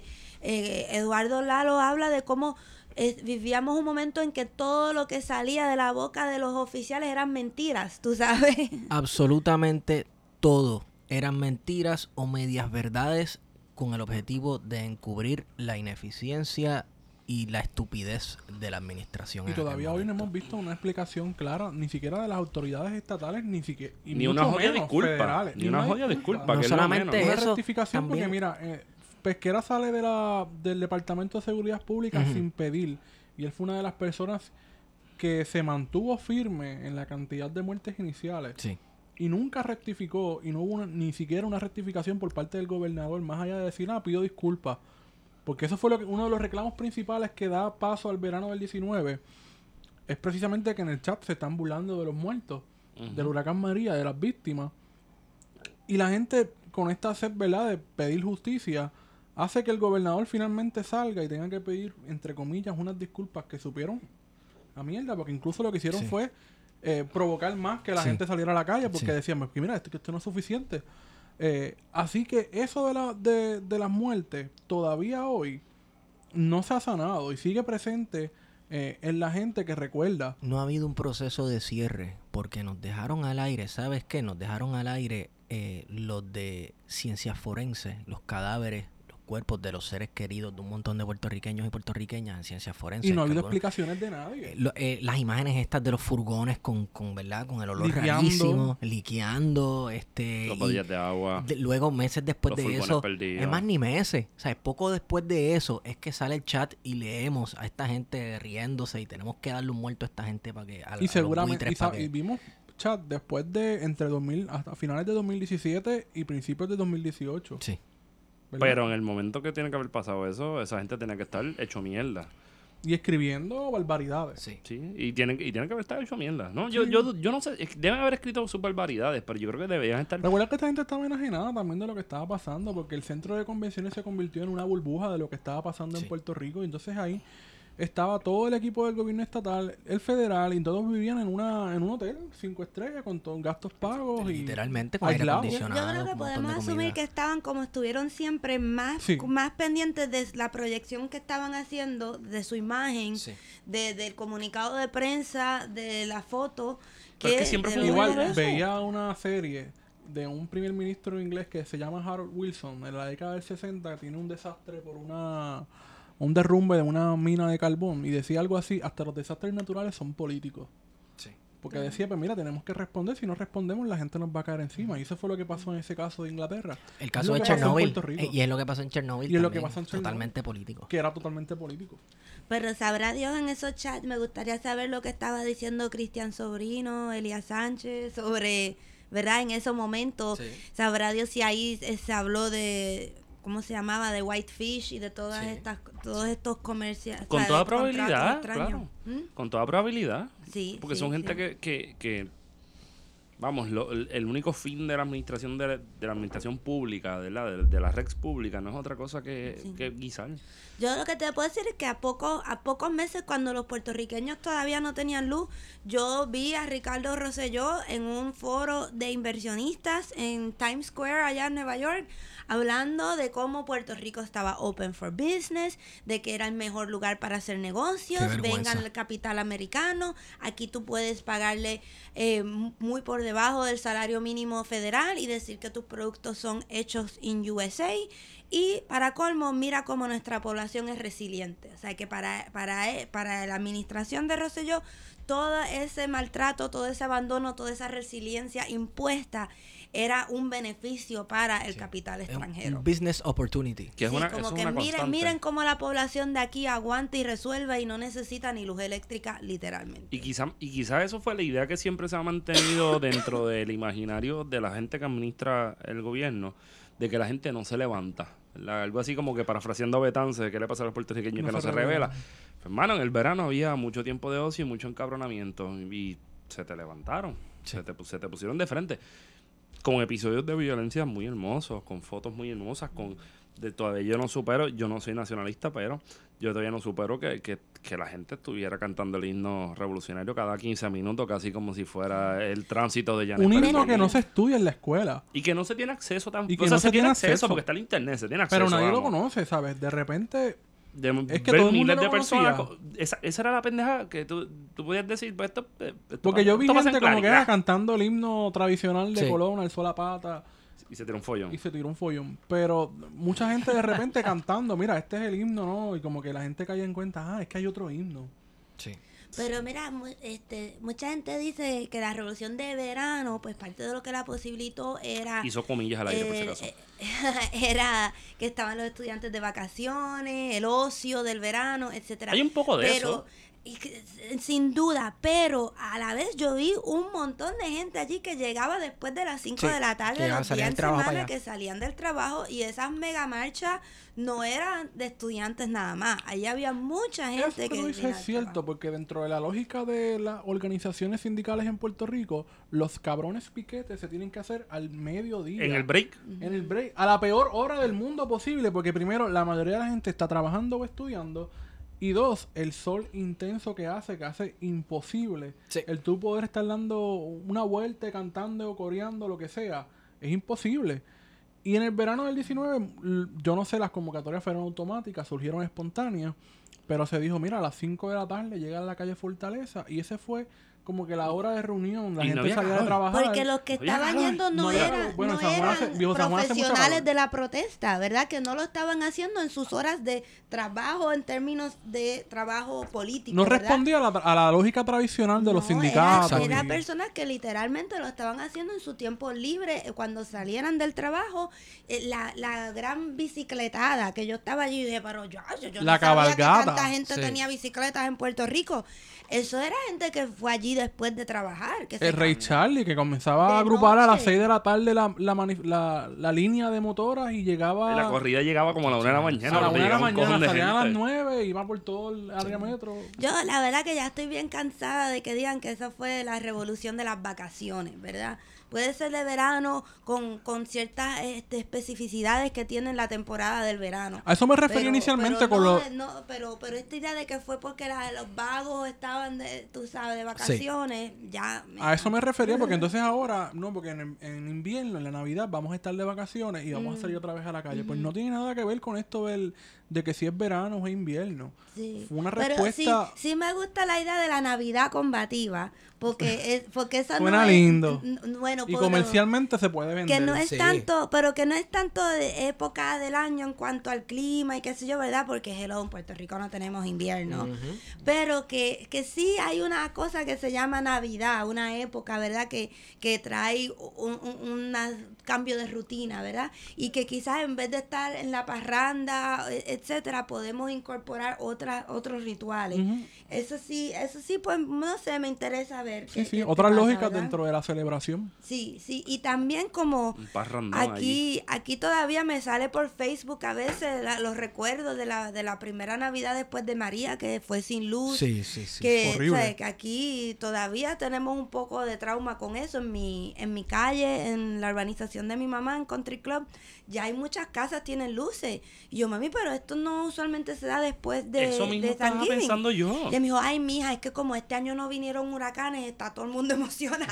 Eduardo Lalo habla de cómo vivíamos un momento en que todo lo que salía de la boca de los oficiales eran mentiras, ¿tú sabes? Absolutamente todo eran mentiras o medias verdades con el objetivo de encubrir la ineficiencia y la estupidez de la administración. Y todavía hoy no hemos visto una explicación clara, ni siquiera de las autoridades estatales, ni una jodida disculpa. Ni una jodida disculpa. No que solamente es una rectificación, también. Porque mira, Pesquera sale del Departamento de Seguridad Pública sin pedir, y él fue una de las personas que se mantuvo firme en la cantidad de muertes iniciales. Sí. Y nunca rectificó, y no hubo ni siquiera una rectificación por parte del gobernador, más allá de decir, pido disculpas. Porque eso fue uno de los reclamos principales que da paso al verano del 19. Es precisamente que en el chat se están burlando de los muertos, del huracán María, de las víctimas. Y la gente, con esta sed, ¿verdad?, de pedir justicia, hace que el gobernador finalmente salga y tenga que pedir, entre comillas, unas disculpas que supieron a mierda. Porque incluso lo que hicieron fue provocar más que la gente saliera a la calle, porque decían, que mira, esto no es suficiente. Así que eso de las muertes todavía hoy no se ha sanado y sigue presente en la gente que recuerda. No ha habido un proceso de cierre porque nos dejaron al aire, ¿sabes qué? Nos dejaron al aire los de ciencias forenses, los cadáveres, los cuerpos de los seres queridos de un montón de puertorriqueños y puertorriqueñas en ciencias forenses. Y no ha habido explicaciones de nadie. Las imágenes estas de los furgones con ¿verdad? Con el olor rarísimo, liqueando, los botellas de agua. Luego, meses después los de eso, perdidos. es más, ni meses, o sea, poco después de eso es que sale el chat y leemos a esta gente riéndose, y tenemos que darle un muerto a esta gente para que y seguramente y vimos chat después de hasta finales de 2017 y principios de 2018. Sí. ¿Verdad? Pero en el momento que tiene que haber pasado eso, esa gente tenía que estar hecho mierda. Y escribiendo barbaridades. Sí. Sí, y tienen que haber estado hecho mierda, ¿no? Sí. Yo no sé, deben haber escrito sus barbaridades, pero yo creo que deberían estar... Recuerda que esta gente estaba enajenada también de lo que estaba pasando, porque el centro de convenciones se convirtió en una burbuja de lo que estaba pasando en Puerto Rico, y entonces ahí estaba todo el equipo del gobierno estatal, el federal, y todos vivían en un hotel 5 estrellas con todos gastos pagos literalmente y con aire aislados. acondicionado. Yo creo que podemos asumir que estaban como estuvieron siempre más pendientes de la proyección que estaban haciendo, de su imagen, del comunicado de prensa, de la foto. Que siempre fue igual veía una serie de un primer ministro inglés que se llama Harold Wilson en la década del 60, que tiene un desastre por un derrumbe de una mina de carbón, y decía algo así: hasta los desastres naturales son políticos. Porque decía, pues mira, tenemos que responder. Si no respondemos, la gente nos va a caer encima. Y eso fue lo que pasó en ese caso de Inglaterra. El caso Es de lo que pasó en Chernobyl. Puerto Rico, Y es lo que pasó en Chernobyl. Y es lo también, que pasó en Chernobyl. Totalmente político. que era totalmente político. Pero sabrá Dios en esos chats, me gustaría saber lo que estaba diciendo Cristian Sobrino, Elías Sánchez, sobre, ¿verdad? En esos momentos, Sí. sabrá Dios si ahí se habló de, ¿cómo se llamaba? De Whitefish y de todos Sí. estos comerciales. Con toda probabilidad, claro. ¿Mm? Con toda probabilidad. Sí. Porque sí, son gente sí. que vamos, el único fin de la administración de la administración pública, de la Rex pública, no es otra cosa que guisar. Yo lo que te puedo decir es que a pocos meses, cuando los puertorriqueños todavía no tenían luz, yo vi a Ricardo Rosselló en un foro de inversionistas en Times Square allá en Nueva York, hablando de cómo Puerto Rico estaba open for business, de que era el mejor lugar para hacer negocios, Qué vergüenza. vengan al capital americano, aquí tú puedes pagarle muy por debajo del salario mínimo federal y decir que tus productos son hechos en USA. Y para colmo, mira cómo nuestra población es resiliente. O sea que para la administración de Rosselló, todo ese maltrato, todo ese abandono, toda esa resiliencia impuesta era un beneficio para el capital Es extranjero. un business opportunity. Que es Sí, una, como eso que es una constante. miren cómo la población de aquí aguanta y resuelve y no necesita ni luz eléctrica, literalmente. Y quizá eso fue la idea que siempre se ha mantenido dentro del imaginario de la gente que administra el gobierno, de que la gente no se levanta. ¿Verdad? Algo así como que parafraseando a Betance, ¿qué le pasa a los puertorriqueños que no se revela? Pues, hermano, en el verano había mucho tiempo de ocio y mucho encabronamiento y se te levantaron, Sí. se te pusieron de frente. Con episodios de violencia muy hermosos, con fotos muy hermosas, todavía yo no supero, yo no soy nacionalista, pero yo todavía no supero que la gente estuviera cantando el himno revolucionario cada 15 minutos, casi como si fuera el tránsito de Janet Un Pérez himno que Molina. no se estudia en la escuela. Y que no se tiene acceso tampoco. Y que O sea, no se se tiene tiene acceso acceso. porque está el internet, se tiene acceso. Pero nadie lo vamos. conoce, ¿sabes? De repente... Es que ver todo el mundo miles lo de personas. conocía. Esa era la pendeja que tú podías decir, pues esto Porque yo vi esto pasa en gente como que Claridad. era cantando el himno tradicional de Sí. Colón, el sol a pata, Y se tiró un follón. y se tiró un follón. Pero mucha gente de repente cantando, mira, este es el himno, ¿no? Y como que la gente caía en cuenta, es que hay otro himno. Sí. Pero mira, mucha gente dice que la revolución de verano, pues parte de lo que la posibilitó era... Hizo comillas al aire, por si acaso. era que estaban los estudiantes de vacaciones, el ocio del verano, etcétera. Hay un poco de pero, eso. Sin duda, pero a la vez yo vi un montón de gente allí que llegaba después de las 5 Sí, de la tarde, que los salían días en del trabajo para semana, allá. que salían del trabajo, y esas mega marchas no eran de estudiantes nada más. Allí había mucha Eso gente que que tú dices venía es al cierto, trabajo. porque dentro de la lógica de las organizaciones sindicales en Puerto Rico, los cabrones piquetes se tienen que hacer al mediodía. En el break. En el break, a la peor hora del mundo posible, porque primero, la mayoría de la gente está trabajando o estudiando, y dos, el sol intenso que hace imposible Sí. el tú poder estar dando una vuelta, cantando o coreando, lo que sea, es imposible. Y en el verano del 19, yo no sé, las convocatorias fueron automáticas, surgieron espontáneas, pero se dijo, mira, a las 5 de la tarde llega a la calle Fortaleza, y ese fue como que la hora de reunión, la Y no gente había salía de calor. trabajar. Porque los que Oye, estaban calor. yendo no No había- eran, bueno, no San Juan hace- eran Viejo San Juan hace mucho profesionales calor. de la protesta, ¿verdad? Que no lo estaban haciendo en sus horas de trabajo en términos de trabajo político. No ¿verdad? respondía a la lógica tradicional de los No, sindicatos. Era y- personas que literalmente lo estaban haciendo en su tiempo libre, cuando salieran del trabajo. La gran bicicletada que yo estaba allí y dije, pero yo La no sabía cabalgata. que tanta gente Sí. tenía bicicletas en Puerto Rico. Eso era gente que fue allí después de trabajar. Que se El Rey Charlie, que comenzaba De a agrupar a las noche. 6 de la tarde la línea de motoras y llegaba La corrida llegaba como a la 1 de la mañana. a la donde 1 de la llegaba un cojón mañana, de salían a las gente. 9, iba por todo el área metro. Yo la verdad que ya estoy bien cansada de que digan que esa fue la revolución de las vacaciones, ¿verdad? Puede ser de verano con ciertas especificidades que tiene la temporada del verano. A eso me refería inicialmente con no, los... pero esta idea de que fue porque los vagos estaban, tú sabes, de vacaciones, ya... A eso me refería, porque entonces ahora, no, porque en invierno, en la Navidad, vamos a estar de vacaciones y vamos a salir otra vez a la calle. Pues no tiene nada que ver con esto de que si es verano o es invierno. Sí. Fue una Pero respuesta... sí me gusta la idea de la Navidad combativa, porque esa Suena no es... lindo. Bueno, Y pero comercialmente se puede vender. que no es Sí. tanto, pero que no es tanto de época del año en cuanto al clima y qué sé yo, ¿verdad? Porque hello, en Puerto Rico no tenemos invierno. Ujú. Pero que sí hay una cosa que se llama Navidad, una época, ¿verdad? Que trae un cambio de rutina, ¿verdad? Y que quizás en vez de estar en la parranda, etcétera, podemos incorporar otros rituales. Ujú. Eso sí, pues no sé, me interesa ver. Sí, qué- sí, qué otras pasa, lógicas ¿verdad? dentro de la celebración. Sí, y también como Un parrandón allí. aquí todavía me sale por Facebook a veces los recuerdos de la primera Navidad después de María, que fue sin luz. Sí. Que, horrible. o sea, que aquí todavía tenemos un poco de trauma con eso. En mi calle, en la urbanización de mi mamá, en Country Club, ya hay muchas casas tienen luces. Y yo, mami, pero esto no usualmente se da después de Eso mismo de estaba Thanksgiving. pensando yo. Y me dijo, ay, mija, es que como este año no vinieron huracanes, está todo el mundo emocionado.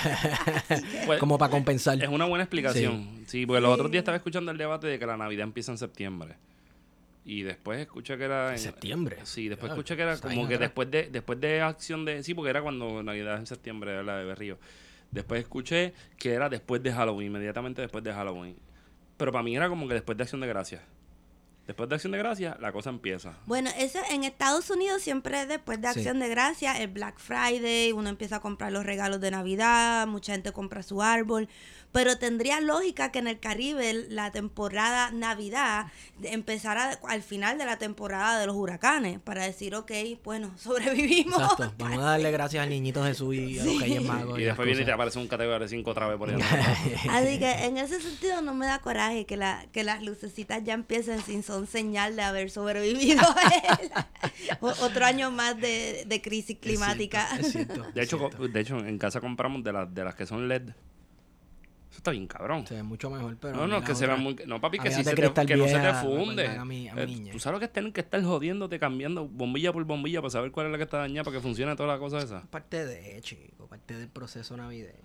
Así que- Pues, Como para compensar. es una buena explicación. Sí, porque los Sí. otros días estaba escuchando el debate de que la Navidad empieza en septiembre. Y después escuché que era... ¿En septiembre? Sí, después Claro, escuché que era está como bien que atrás. después de acción de... Sí, porque era cuando Navidad es en septiembre, era la de Berrío. Después escuché que era después de Halloween, inmediatamente después de Halloween. Pero para mí era como que después de Acción de Gracias. Después de Acción de Gracias, la cosa empieza. Bueno, eso en Estados Unidos siempre es después de Sí. Acción de Gracias, el Black Friday, uno empieza a comprar los regalos de Navidad, mucha gente compra su árbol, pero tendría lógica que en el Caribe la temporada Navidad empezara al final de la temporada de los huracanes, para decir, ok, bueno, sobrevivimos. Exacto. Vamos a darle gracias al niñito Jesús y a los Reyes Magos. Y las después viene y te cosas. aparece un categoría 5 otra vez por ahí. Así que en ese sentido no me da coraje que las lucecitas ya empiecen sin son señal de haber sobrevivido otro año más de crisis climática. Es cierto. De hecho, en casa compramos de las que son LED. Eso está bien cabrón. Se ve mucho mejor, pero... No, mira, que se otra- vean muy... No, papi, que, Había sí de se te, cristal que no se te vieja, me funde. acuerdan a mi niña. Tú sabes que tienen que estar jodiéndote, cambiando bombilla por bombilla para saber cuál es la que está dañada para que funcione toda la cosa esa. Parte de, chico, parte del proceso navideño.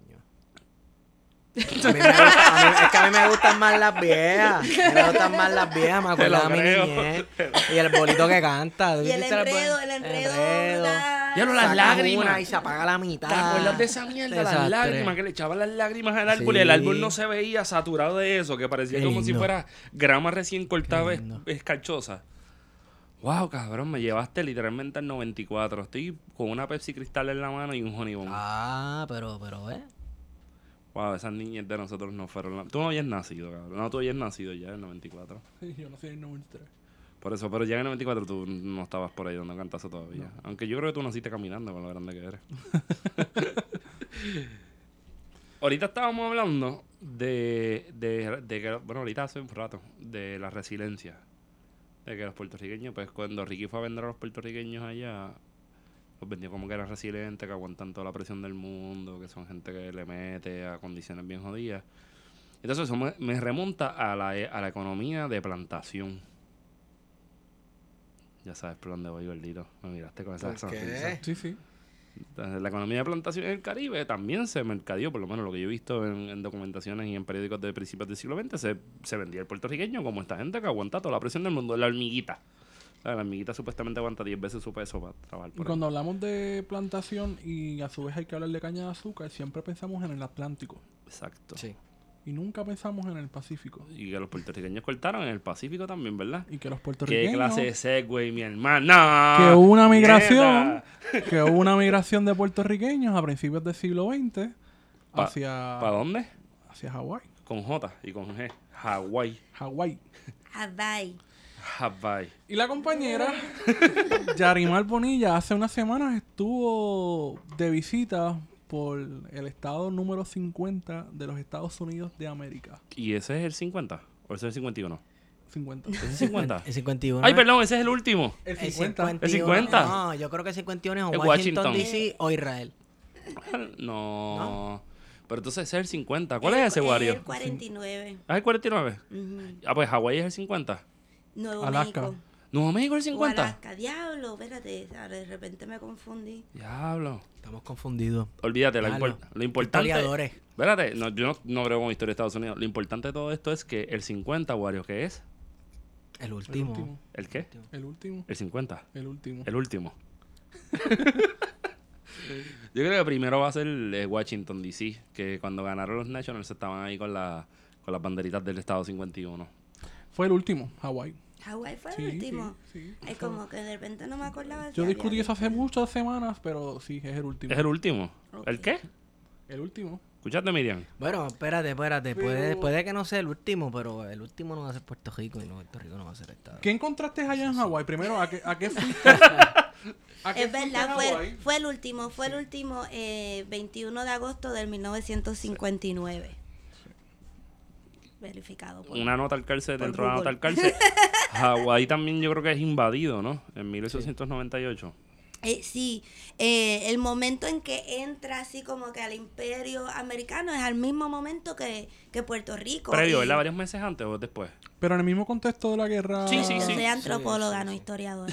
Es que a mí me gustan más las viejas. Me gustan más las viejas, me acuerdo de mi creo. niñez. Y el bolito que canta. Y el enredo, ¿verdad? Ya no, las Sacas lágrimas. una y se apaga la mitad. ¿Te acuerdas de esa mierda? Las Desastre. lágrimas, que le echaban las lágrimas al árbol y el Sí. árbol no se veía saturado de eso, que parecía Qué como si lindo. fuera grama recién cortada, Qué lindo. escarchosa. Wow, cabrón, me llevaste literalmente al 94. Estoy con una Pepsi Cristal en la mano y un Honey Bun. Ah, pero, Wow, esas niñas de nosotros no fueron... Tú no habías nacido, cabrón. No, tú habías nacido ya en el 94. Sí, yo no sé el 93. Por eso, pero ya en el 94 tú no estabas por ahí dando cantazo todavía. Aunque yo creo que tú naciste caminando con lo grande que eres. Ahorita estábamos hablando de que, bueno, ahorita hace un rato, de la resiliencia. De que los puertorriqueños, pues cuando Ricky fue a vender a los puertorriqueños allá, los vendió como que eran resilientes, que aguantan toda la presión del mundo, que son gente que le mete a condiciones bien jodidas. Entonces eso me remonta a la economía de plantación. Ya sabes por dónde voy, gordito. Me miraste con esa ¿Por qué? sonrisa. Sí, sí. Entonces, la economía de plantación en el Caribe también se mercadeó, por lo menos lo que yo he visto en documentaciones y en periódicos de principios del siglo XX, se vendía el puertorriqueño como esta gente que aguanta toda la presión del mundo, la hormiguita. La hormiguita supuestamente aguanta 10 veces su peso para trabajar Y por ahí. cuando hablamos de plantación y a su vez hay que hablar de caña de azúcar, siempre pensamos en el Atlántico Exacto. sí. y nunca pensamos en el Pacífico. Y que los puertorriqueños cortaron en el Pacífico también, ¿verdad? Y que los ¿Qué puertorriqueños... clase de segue, mi hermano? ¡No! Que hubo una migración, ¡Mierda! que hubo una migración de puertorriqueños a principios del siglo XX ¿Para dónde? hacia Hawái. Con J y con G. Hawái. Hawái. Bye. Hawái. Y la compañera Yarimar Bonilla hace unas semanas estuvo de visita por el estado número 50 de los Estados Unidos de América. ¿Y ese es el 50? ¿O ese es el 51? 50. ¿Ese es el 50? El 51. Ay, perdón, ese es el último. El El 50. 51. ¿El 50? No, yo creo que el 51 es Es o Washington, Washington. D.C. o Israel. No. Pero entonces ese es el 50. ¿Cuál es ese, Wario? El 49. ¿Ah, el 49? Ujú. Ah, pues Hawái es el 50. Nuevo Alaska. México. ¿Nuevo México es el O 50? Alaska. Diablo, espérate. De repente me confundí. Diablo. Estamos confundidos. Olvídate, Claro. lo importante... Historiadores. Espérate, no, yo no creo con historia de Estados Unidos. Lo importante de todo esto es que el 50, Wario, ¿qué es? El último. ¿El qué? El último. ¿El 50? El último. El último. Yo creo que primero va a ser Washington, D.C., que cuando ganaron los Nationals estaban ahí con las banderitas del Estado 51. Fue el último, Hawái. Hawái fue Sí, el último. sí, Ay, como que de repente no me acordaba. Yo discutí eso hace muchas semanas, pero sí, es el último. ¿Es el último? Ok. ¿El qué? El último. Escuchaste, Miriam. Bueno, espérate. Pero- Puede que no sea el último, pero el último no va a ser Puerto Rico y Puerto Rico no va a ser Estado. ¿Qué encontraste allá en Hawái? Primero, ¿a qué fuiste? ¿A qué Es fuiste verdad, a Hawái? fue el último. Fue el último 21 de agosto del 1959. Verificado por... Una nota al cárcel Por dentro de la nota Google. al cárcel. Hawái también yo creo que es invadido, ¿no? En 1898. Sí, el momento en que entra así como que al imperio americano es al mismo momento que Puerto Rico. Previo, Y ¿verdad? ¿Varios meses antes o después? Pero en el mismo contexto de la guerra... Sí, sí, Yo sí. soy antropóloga, no historiadora.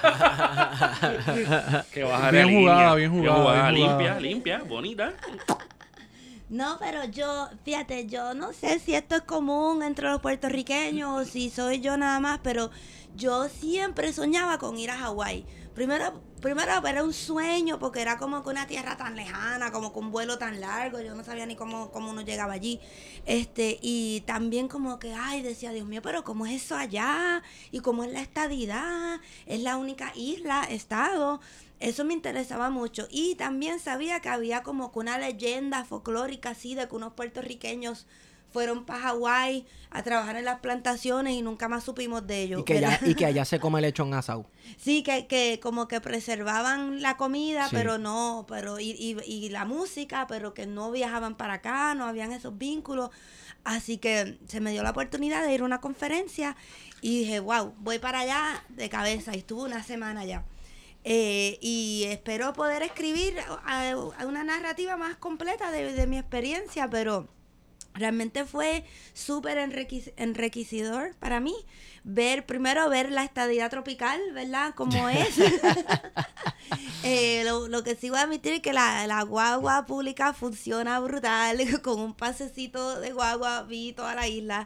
Que bajar Bien a línea. jugada, bien jugada, bien jugada. Limpia, bonita. No, pero fíjate, yo no sé si esto es común entre los puertorriqueños o si soy yo nada más, pero yo siempre soñaba con ir a Hawái. Primero era un sueño porque era como que una tierra tan lejana, como que un vuelo tan largo, yo no sabía ni cómo uno llegaba allí. Y también como que, ay, decía, Dios mío, pero ¿cómo es eso allá? ¿Y cómo es la estadidad? ¿Es la única isla, estado? Eso me interesaba mucho. Y también sabía que había como que una leyenda folclórica así de que unos puertorriqueños fueron para Hawái a trabajar en las plantaciones y nunca más supimos de ellos. Y que allá se come lechón asado. Sí, que como que preservaban la comida, Sí. y la música, pero que no viajaban para acá, no habían esos vínculos. Así que se me dio la oportunidad de ir a una conferencia y dije, wow, voy para allá de cabeza. Y estuve una semana allá. Y espero poder escribir una narrativa más completa de mi experiencia, pero realmente fue súper enriquecedor para mí primero ver la estadía tropical, ¿verdad? Como es. Lo que sí voy a admitir es que la guagua pública funciona brutal. Con un pasecito de guagua vi toda la isla.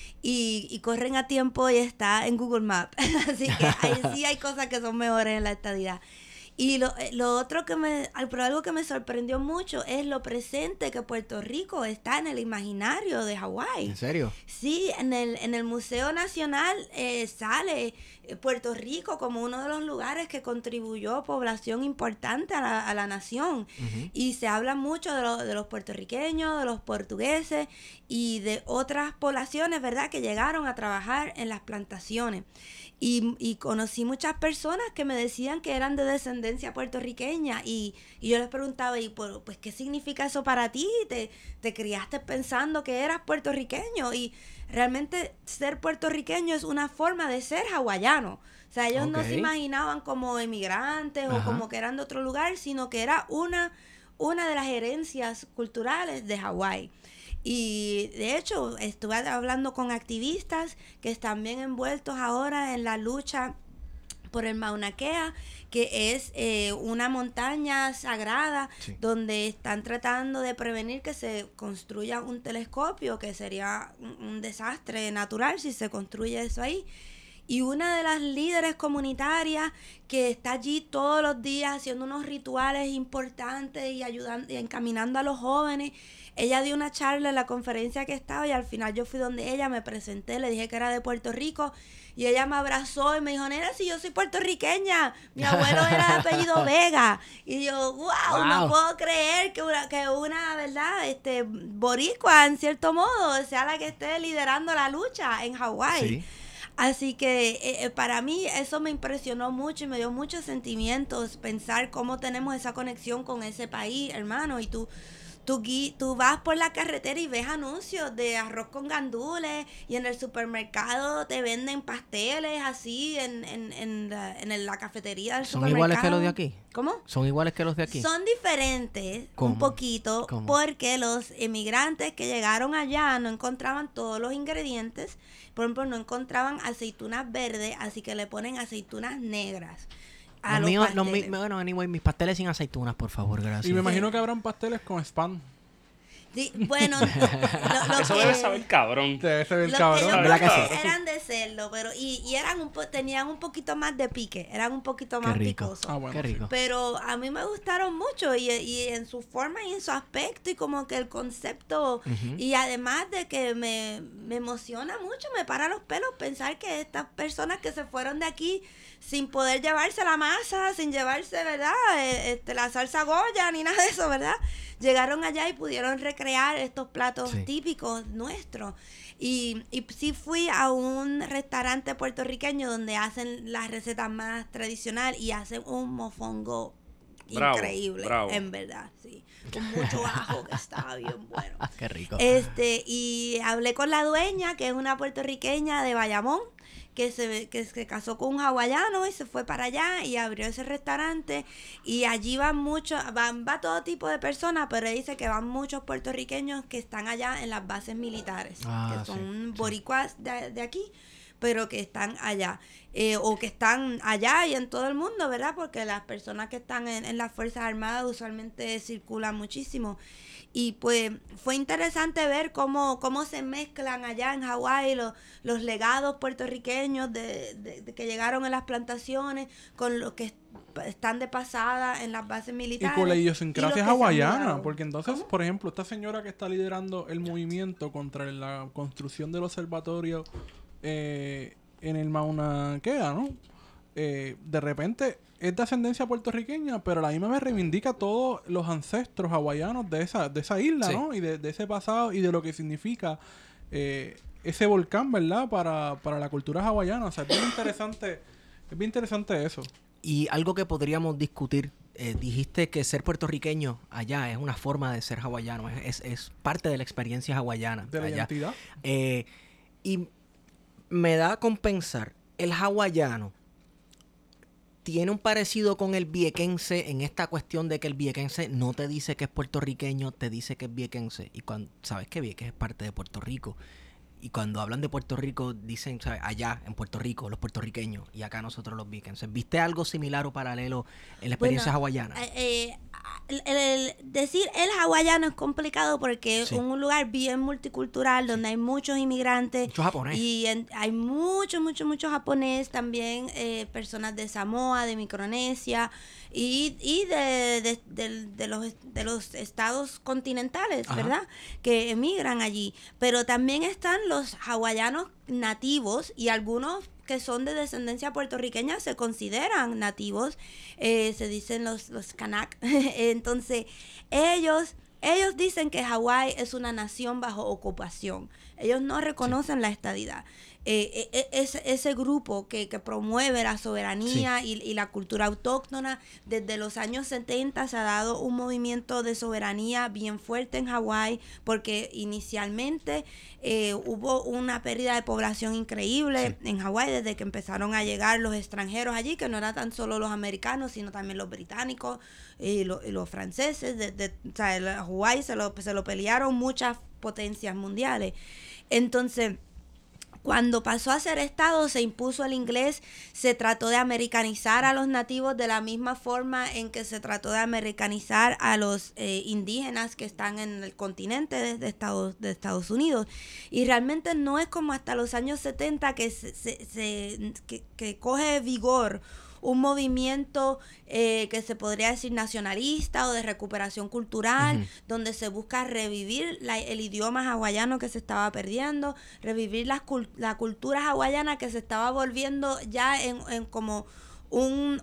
Y corren a tiempo y está en Google Maps. Así que ahí sí hay cosas que son mejores en la estadía. Y lo otro pero algo que me sorprendió mucho es lo presente que Puerto Rico está en el imaginario de Hawái. ¿En serio? Sí, en el Museo Nacional sale Puerto Rico como uno de los lugares que contribuyó población importante a la nación. Ujú. Y se habla mucho de los puertorriqueños, de los portugueses y de otras poblaciones, ¿verdad?, que llegaron a trabajar en las plantaciones. Y conocí muchas personas que me decían que eran de descendencia puertorriqueña y yo les preguntaba, pues, ¿qué significa eso para ti? ¿Te criaste pensando que eras puertorriqueño? Y realmente ser puertorriqueño es una forma de ser hawaiano. O sea, ellos no Ok. se imaginaban como emigrantes o Ajá. como que eran de otro lugar, sino que era una de las herencias culturales de Hawái. Y de hecho estuve hablando con activistas que están bien envueltos ahora en la lucha por el Mauna Kea, que es una montaña sagrada, Sí. donde están tratando de prevenir que se construya un telescopio, que sería un desastre natural si se construye eso ahí. Y una de las líderes comunitarias que está allí todos los días haciendo unos rituales importantes y ayudando y encaminando a los jóvenes, ella dio una charla en la conferencia que estaba y al final yo fui donde ella, me presenté, le dije que era de Puerto Rico y ella me abrazó y me dijo, nena, si yo soy puertorriqueña, mi abuelo era de apellido Vega. Y yo, wow, no Wow. puedo creer que una ¿verdad? Boricua, en cierto modo, sea la que esté liderando la lucha en Hawái. Sí. Así que para mí eso me impresionó mucho y me dio muchos sentimientos pensar cómo tenemos esa conexión con ese país, hermano. Y tú vas por la carretera y ves anuncios de arroz con gandules y en el supermercado te venden pasteles así en la cafetería del ¿Son supermercado. iguales que los de aquí? ¿Cómo? ¿Son iguales que los de aquí? Son diferentes ¿Cómo? un poquito ¿Cómo? porque los emigrantes que llegaron allá no encontraban todos los ingredientes. Por ejemplo, no encontraban aceitunas verdes, así que le ponen aceitunas negras a los pasteles. Bueno, anyway, mis pasteles sin aceitunas, por favor, gracias. Y me imagino que habrán pasteles con spam. Sí, bueno, lo Eso que, debe saber cabrón. Debe ser el lo que cabrón. yo ¿Verdad que probé sí? eran de cerdo, pero y eran tenían un poquito más de pique, eran un poquito Qué más rico. picosos. Ah, bueno. Qué rico. Pero a mí me gustaron mucho y en su forma y en su aspecto y como que el concepto y además de que me emociona mucho, me para los pelos pensar que estas personas que se fueron de aquí sin poder llevarse la masa, sin llevarse, ¿verdad? La salsa Goya ni nada de eso, ¿verdad? Llegaron allá y pudieron recrear estos platos Sí. típicos nuestros. Y sí fui a un restaurante puertorriqueño donde hacen las recetas más tradicionales y hacen un mofongo Bravo, increíble, bravo. en verdad, sí. Con mucho ajo que estaba bien bueno. Qué rico. Y hablé con la dueña, que es una puertorriqueña de Bayamón, que se casó con un hawaiano y se fue para allá y abrió ese restaurante. Y allí va todo tipo de personas, pero dice que van muchos puertorriqueños que están allá en las bases militares, Ah, que son sí. boricuas de aquí, pero que están allá, o que están allá y en todo el mundo, ¿verdad? Porque las personas que están en las Fuerzas Armadas usualmente circulan muchísimo. Y pues fue interesante ver cómo se mezclan allá en Hawái los legados puertorriqueños de que llegaron en las plantaciones con los que están de pasada en las bases Y militares. con la y los idiosincrasia que se hawaiana, mudaron. porque entonces, ¿Cómo? por ejemplo, esta señora que está liderando el movimiento contra la construcción del observatorio en el Mauna Kea, ¿no? De repente es de ascendencia puertorriqueña, pero a la misma vez reivindica todos los ancestros hawaianos de esa isla, Sí. ¿no? Y de ese pasado y de lo que significa ese volcán, ¿verdad? Para la cultura hawaiana. O sea, es bien interesante eso. Y algo que podríamos discutir, dijiste que ser puertorriqueño allá es una forma de ser hawaiano, es parte de la experiencia hawaiana De la allá. identidad. Y me da con pensar, el hawaiano tiene un parecido con el viequense en esta cuestión de que el viequense no te dice que es puertorriqueño, te dice que es viequense. Y cuando sabes que Vieques es parte de Puerto Rico. Y cuando hablan de Puerto Rico, dicen, ¿sabes? Allá en Puerto Rico, los puertorriqueños, y acá nosotros los viequenses. ¿Viste algo similar o paralelo en la experiencia hawaiana? Decir el hawaiano es complicado porque es Sí. un lugar bien multicultural donde hay muchos inmigrantes. Mucho japonés. Y hay mucho japonés, también personas de Samoa, de Micronesia y de los estados continentales, Ajá. ¿verdad? Que emigran allí. Pero también están los hawaianos nativos y algunos que son de descendencia puertorriqueña se consideran nativos, se dicen los Kanak. Entonces, ellos dicen que Hawái es una nación bajo ocupación. Ellos no reconocen la estadidad. Ese grupo que promueve la soberanía y la cultura autóctona, desde los años 70 se ha dado un movimiento de soberanía bien fuerte en Hawái, porque inicialmente hubo una pérdida de población increíble en Hawái desde que empezaron a llegar los extranjeros allí, que no eran tan solo los americanos, sino también los británicos y los franceses. O sea, Hawái se lo pelearon muchas potencias mundiales. Entonces, cuando pasó a ser estado, se impuso el inglés, se trató de americanizar a los nativos de la misma forma en que se trató de americanizar a los indígenas que están en el continente de Estados Unidos. Y realmente no es como hasta los años 70 que que coge vigor un movimiento que se podría decir nacionalista o de recuperación cultural, donde se busca revivir el idioma hawaiano que se estaba perdiendo, revivir la cultura hawaiana que se estaba volviendo ya en como un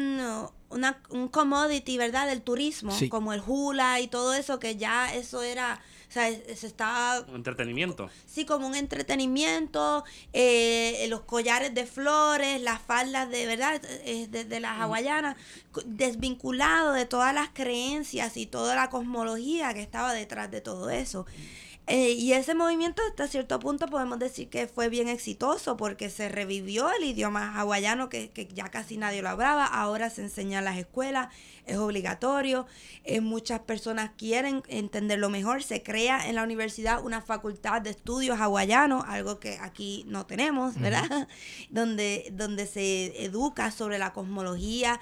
commodity, ¿verdad? Del turismo, Sí. como el hula y todo eso, que ya eso era, o sea, se estaba... Entretenimiento. Sí, como un entretenimiento, los collares de flores, las faldas de verdad, de las hawaianas, desvinculado de todas las creencias y toda la cosmología que estaba detrás de todo eso. Y ese movimiento hasta cierto punto podemos decir que fue bien exitoso porque se revivió el idioma hawaiano que ya casi nadie lo hablaba, ahora se enseña en las escuelas, es obligatorio, muchas personas quieren entenderlo mejor, se crea en la universidad una facultad de estudios hawaianos, algo que aquí no tenemos, ¿verdad? Donde se educa sobre la cosmología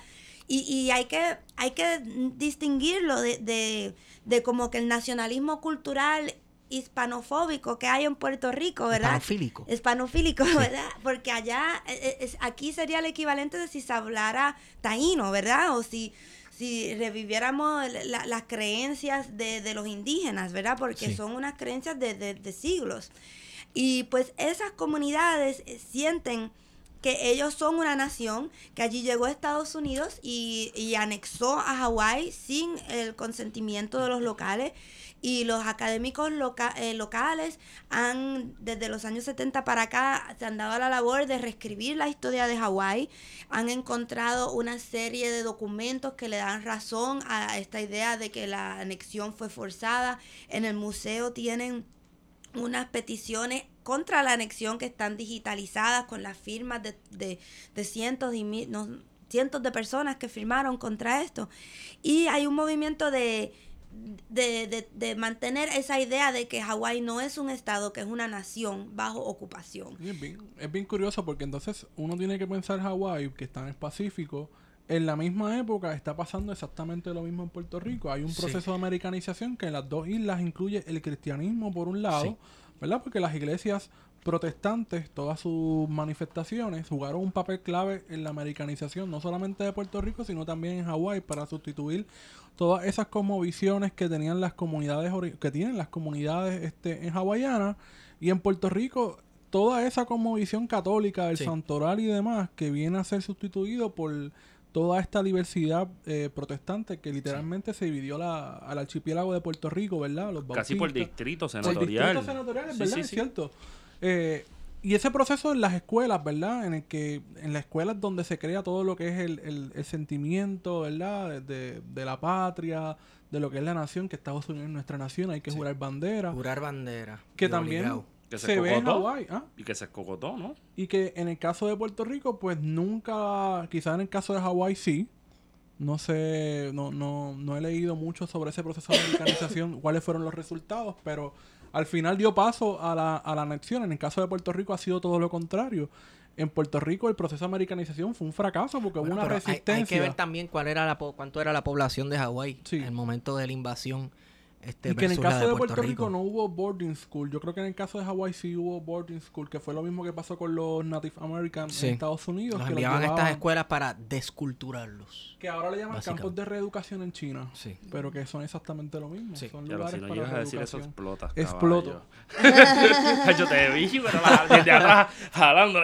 Y hay que distinguirlo de como que el nacionalismo cultural hispanofóbico que hay en Puerto Rico, ¿verdad? Hispanofílico, ¿verdad? Porque allá, aquí sería el equivalente de si se hablara taíno, ¿verdad? O si reviviéramos las creencias de los indígenas, ¿verdad? Porque son unas creencias de siglos. Y pues esas comunidades sienten que ellos son una nación, que allí llegó a Estados Unidos y anexó a Hawái sin el consentimiento de los locales. Y los académicos locales desde los años 70 para acá, se han dado a la labor de reescribir la historia de Hawái. Han encontrado una serie de documentos que le dan razón a esta idea de que la anexión fue forzada. En el museo tienen unas peticiones contra la anexión que están digitalizadas con las firmas de cientos de personas que firmaron contra esto. Y hay un movimiento de mantener esa idea de que Hawái no es un estado, que es una nación bajo ocupación. Es bien curioso porque entonces uno tiene que pensar Hawái, que está en el Pacífico, en la misma época está pasando exactamente lo mismo en Puerto Rico. Hay un proceso de americanización que en las dos islas incluye el cristianismo por un lado, ¿verdad? Porque las iglesias protestantes, todas sus manifestaciones, jugaron un papel clave en la americanización, no solamente de Puerto Rico, sino también en Hawái, para sustituir todas esas cosmovisiones que tenían las comunidades en hawaianas. Y en Puerto Rico, toda esa cosmovisión católica del santoral y demás, que viene a ser sustituido por toda esta diversidad protestante que literalmente se dividió al archipiélago de Puerto Rico, ¿verdad? Los casi por distrito senatorial. Por distritos senatoriales, ¿verdad? Es cierto. Y ese proceso en las escuelas, ¿verdad? En la escuela es donde se crea todo lo que es el sentimiento, ¿verdad? De la patria, de lo que es la nación, que Estados Unidos es nuestra nación, hay que jurar bandera. Jurar bandera. Que también que se ve en Hawái. Y que se escogotó, ¿no? Y que en el caso de Puerto Rico, pues nunca, quizás en el caso de Hawái sí. No sé, no he leído mucho sobre ese proceso de americanización, cuáles fueron los resultados, pero al final dio paso a la anexión. En el caso de Puerto Rico ha sido todo lo contrario. En Puerto Rico el proceso de americanización fue un fracaso porque hubo una resistencia. Hay que ver también cuánto era la población de Hawái en el momento de la invasión. Y que en el caso de Puerto Rico no hubo boarding school. Yo creo que en el caso de Hawái sí hubo boarding school, que fue lo mismo que pasó con los Native Americans en Estados Unidos. Los enviaban a estas escuelas para desculturarlos. Que ahora le llaman campos de reeducación en China. Sí. Pero que son exactamente lo mismo. Son lugares si no para llegas a decir eso, explotas. Exploto. Yo te vi, pero desde atrás jalándola.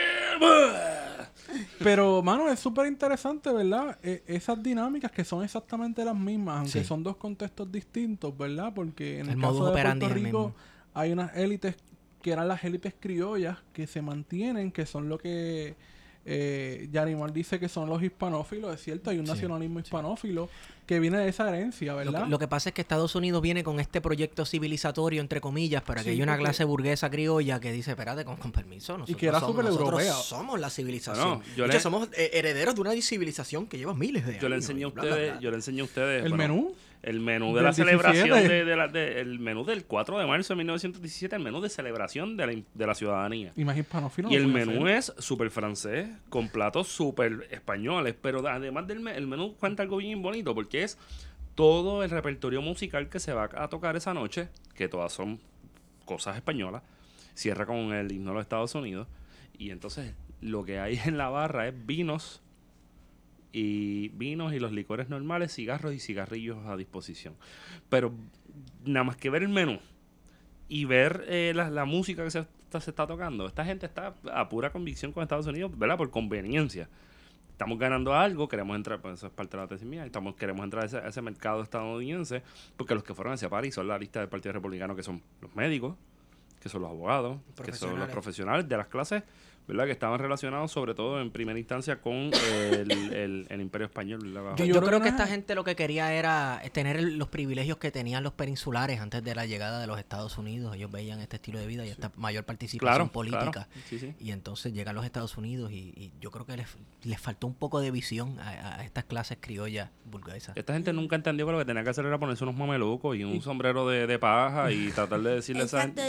Pero, mano, es súper interesante, ¿verdad? Esas dinámicas que son exactamente las mismas, aunque son dos contextos distintos, ¿verdad? Porque en el caso de Puerto Rico hay unas élites que eran las élites criollas que se mantienen, que son lo que Yarimar dice que son los hispanófilos. Es cierto, hay un nacionalismo hispanófilo que viene de esa herencia, ¿verdad? Lo que pasa es que Estados Unidos viene con este proyecto civilizatorio, entre comillas, para que haya una clase burguesa criolla que dice, espérate, con permiso, nosotros, y que era súper europea. Somos la civilización. Somos herederos de una civilización que lleva miles de años. Yo le enseñé a ustedes ¿El menú? El menú de la celebración el menú del 4 de marzo de 1917, el menú de celebración de la ciudadanía. Y el menú es súper francés, con platos súper españoles, pero además el menú cuenta algo bien bonito, porque es todo el repertorio musical que se va a tocar esa noche, que todas son cosas españolas, cierra con el himno de los Estados Unidos, y entonces lo que hay en la barra es vinos y los licores normales, cigarros y cigarrillos a disposición. Pero nada más que ver el menú y ver la música que se está tocando, esta gente está a pura convicción con Estados Unidos, ¿verdad? Por conveniencia. Estamos ganando algo, queremos entrar, pues eso es parte de la tesis mía, queremos entrar a ese mercado estadounidense, porque los que fueron hacia París son la lista del Partido Republicano, que son los médicos, que son los abogados, que son los profesionales de las clases, ¿verdad? Que estaban relacionados sobre todo en primera instancia con el Imperio Español. Yo creo que esta gente lo que quería era tener los privilegios que tenían los peninsulares antes de la llegada de los Estados Unidos. Ellos veían este estilo de vida y esta mayor participación política. Sí. Y entonces llegan los Estados Unidos y yo creo que les faltó un poco de visión a estas clases criollas burguesas. Esta gente nunca entendió que lo que tenía que hacer era ponerse unos mamelucos y un sombrero de paja y tratar de decirle a esa gente. Ellos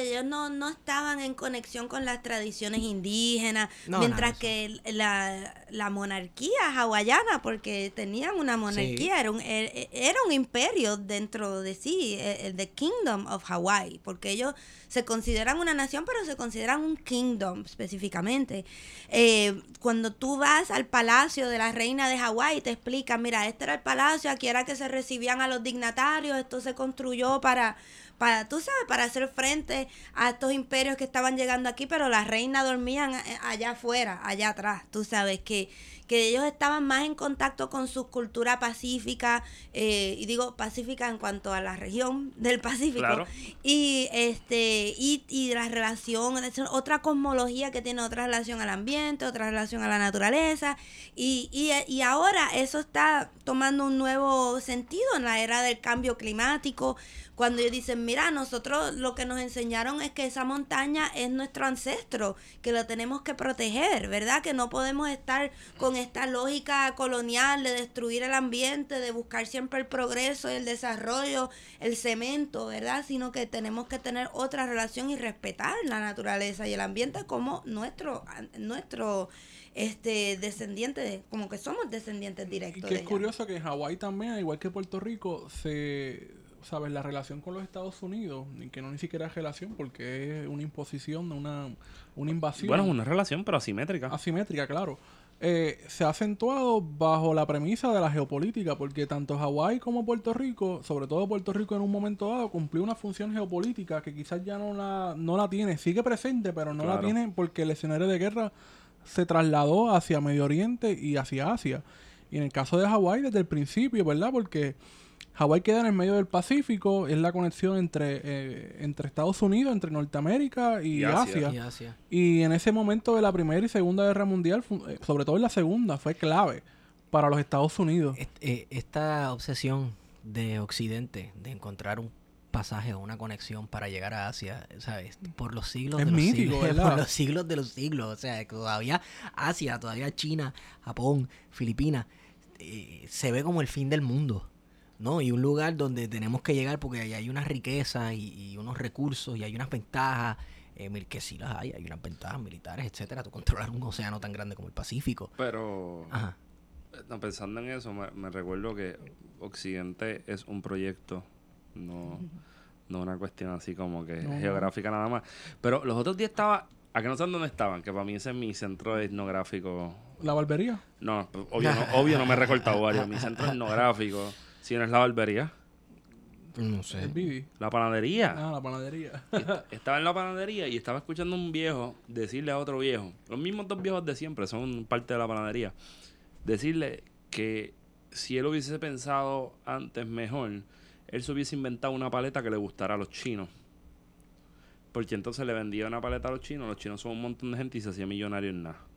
no estaban en conexión con las tradiciones indígenas, No, mientras nada que la monarquía hawaiana, porque tenían una monarquía, Sí. era un imperio dentro de sí, the Kingdom of Hawaii, porque ellos se consideran una nación, pero se consideran un kingdom específicamente. Cuando tú vas al palacio de la reina de Hawái, te explican, mira, este era el palacio, aquí era que se recibían a los dignatarios, esto se construyó para tú sabes, para hacer frente a estos imperios que estaban llegando aquí, pero las reinas dormían allá afuera, allá atrás, tú sabes, que ellos estaban más en contacto con su cultura pacífica, y digo pacífica en cuanto a la región del Pacífico, Claro. y la relación, otra cosmología que tiene otra relación al ambiente, otra relación a la naturaleza, y ahora eso está tomando un nuevo sentido en la era del cambio climático, cuando ellos dicen, mira, nosotros lo que nos enseñaron es que esa montaña es nuestro ancestro, que lo tenemos que proteger, ¿verdad? Que no podemos estar con esta lógica colonial de destruir el ambiente, de buscar siempre el progreso y el desarrollo, el cemento, ¿verdad? Sino que tenemos que tener otra relación y respetar la naturaleza y el ambiente como nuestro descendiente, como que somos descendientes Y directos que de es ella. curioso que en Hawái también, al igual que Puerto Rico, ¿sabes? La relación con los Estados Unidos, y que no ni siquiera es relación porque es una imposición, una invasión Bueno, es una relación, pero asimétrica. asimétrica, claro. Se ha acentuado bajo la premisa de la geopolítica, porque tanto Hawái como Puerto Rico, sobre todo Puerto Rico en un momento dado, cumplió una función geopolítica que quizás ya no la tiene. Sigue presente, pero no la Claro. tiene porque el escenario de guerra se trasladó hacia Medio Oriente y hacia Asia. Y en el caso de Hawái, desde el principio, ¿verdad? Porque Hawái queda en el medio del Pacífico, es la conexión entre Estados Unidos, entre Norteamérica y Y Asia. Asia. Y Asia. Y en ese momento de la Primera y Segunda Guerra Mundial, sobre todo en la segunda, fue clave para los Estados Unidos. Esta obsesión de Occidente de encontrar un pasaje o una conexión para llegar a Asia, ¿sabes? Por los siglos Es de los mítico, siglos, ¿verdad? por los siglos de los siglos, o sea, que todavía Asia, todavía China, Japón, Filipinas, se ve como el fin del mundo, ¿no? Y un lugar donde tenemos que llegar porque ahí hay una riqueza y unos recursos y hay unas ventajas, que sí las hay unas ventajas militares, etcétera. Tú controlar un océano tan grande como el Pacífico. Pero Ajá. no, pensando en eso, me recuerdo que Occidente es un proyecto, no una cuestión así como que No. geográfica nada más. Pero los otros días estaba, a que no sé dónde estaban, que para mí ese es mi centro etnográfico. La barbería. No, pues, obvio no me he recortado varios. Mi centro etnográfico, si no es la barbería, No sé. El Bibi. la panadería. La panadería. Estaba en la panadería y estaba escuchando a un viejo decirle a otro viejo, los mismos dos viejos de siempre, son parte de la panadería, decirle que si él hubiese pensado antes mejor, él se hubiese inventado una paleta que le gustara a los chinos. Porque entonces le vendía una paleta a los chinos son un montón de gente y se hacía millonario en nada.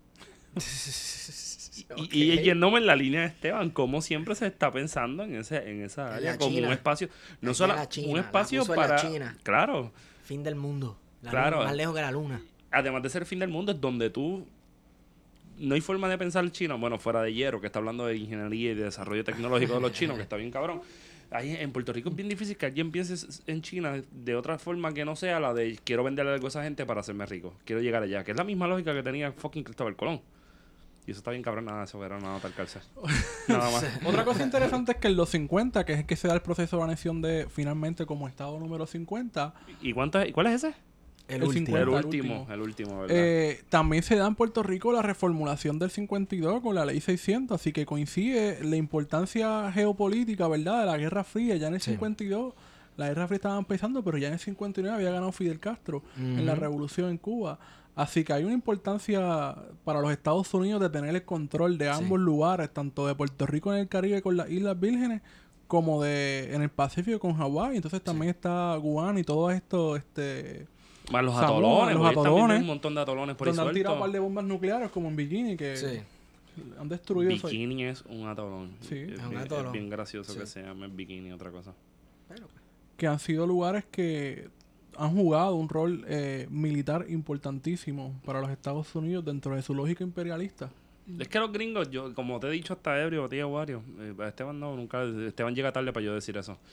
Y yéndome en la línea de Esteban, como siempre se está pensando en esa área la como China. un espacio, no Aquí solo la China, un la espacio puso en la para, China. claro, Fin del mundo. La Claro. luna, más lejos que la luna. además de ser el fin del mundo, es donde tú no hay forma de pensar el chino, bueno, fuera de Hierro, que está hablando de ingeniería y de desarrollo tecnológico de los chinos, que está bien cabrón. Ahí en Puerto Rico es bien difícil que alguien piense en China de otra forma que no sea la de quiero venderle algo a esa gente para hacerme rico, quiero llegar allá, que es la misma lógica que tenía fucking Cristóbal Colón. Y eso está bien cabrón, nada, eso era una nota al calce. Nada más. Otra cosa interesante es que en los 50, que es que se da el proceso de anexión de finalmente como estado número 50, ¿Y cuál es ese? El último. 50. El último, ¿verdad? también se da en Puerto Rico la reformulación del 52 con la ley 600, así que coincide la importancia geopolítica, ¿verdad?, de la Guerra Fría. Ya en el Sí. 52 la Guerra Fría estaba empezando, pero ya en el 59 había ganado Fidel Castro en la revolución en Cuba. Así que hay una importancia para los Estados Unidos de tener el control de ambos lugares, tanto de Puerto Rico en el Caribe con las Islas Vírgenes, como en el Pacífico con Hawái. Entonces también está Guam y todo esto, Más los Samoa, atolones, los porque también atolones, hay un montón de atolones por ahí donde han tirado un par sueltos. de bombas nucleares como en Bikini, que Sí. han destruido eso. Bikini es un atolón. Sí. Es un bien, atolón. es bien gracioso Sí. que se llame bikini otra cosa. Que han sido lugares que han jugado un rol militar importantísimo para los Estados Unidos dentro de su lógica imperialista. Es que los gringos, yo como te he dicho hasta ebrio, tío Wario, Esteban no, nunca, Esteban llega tarde para yo decir eso.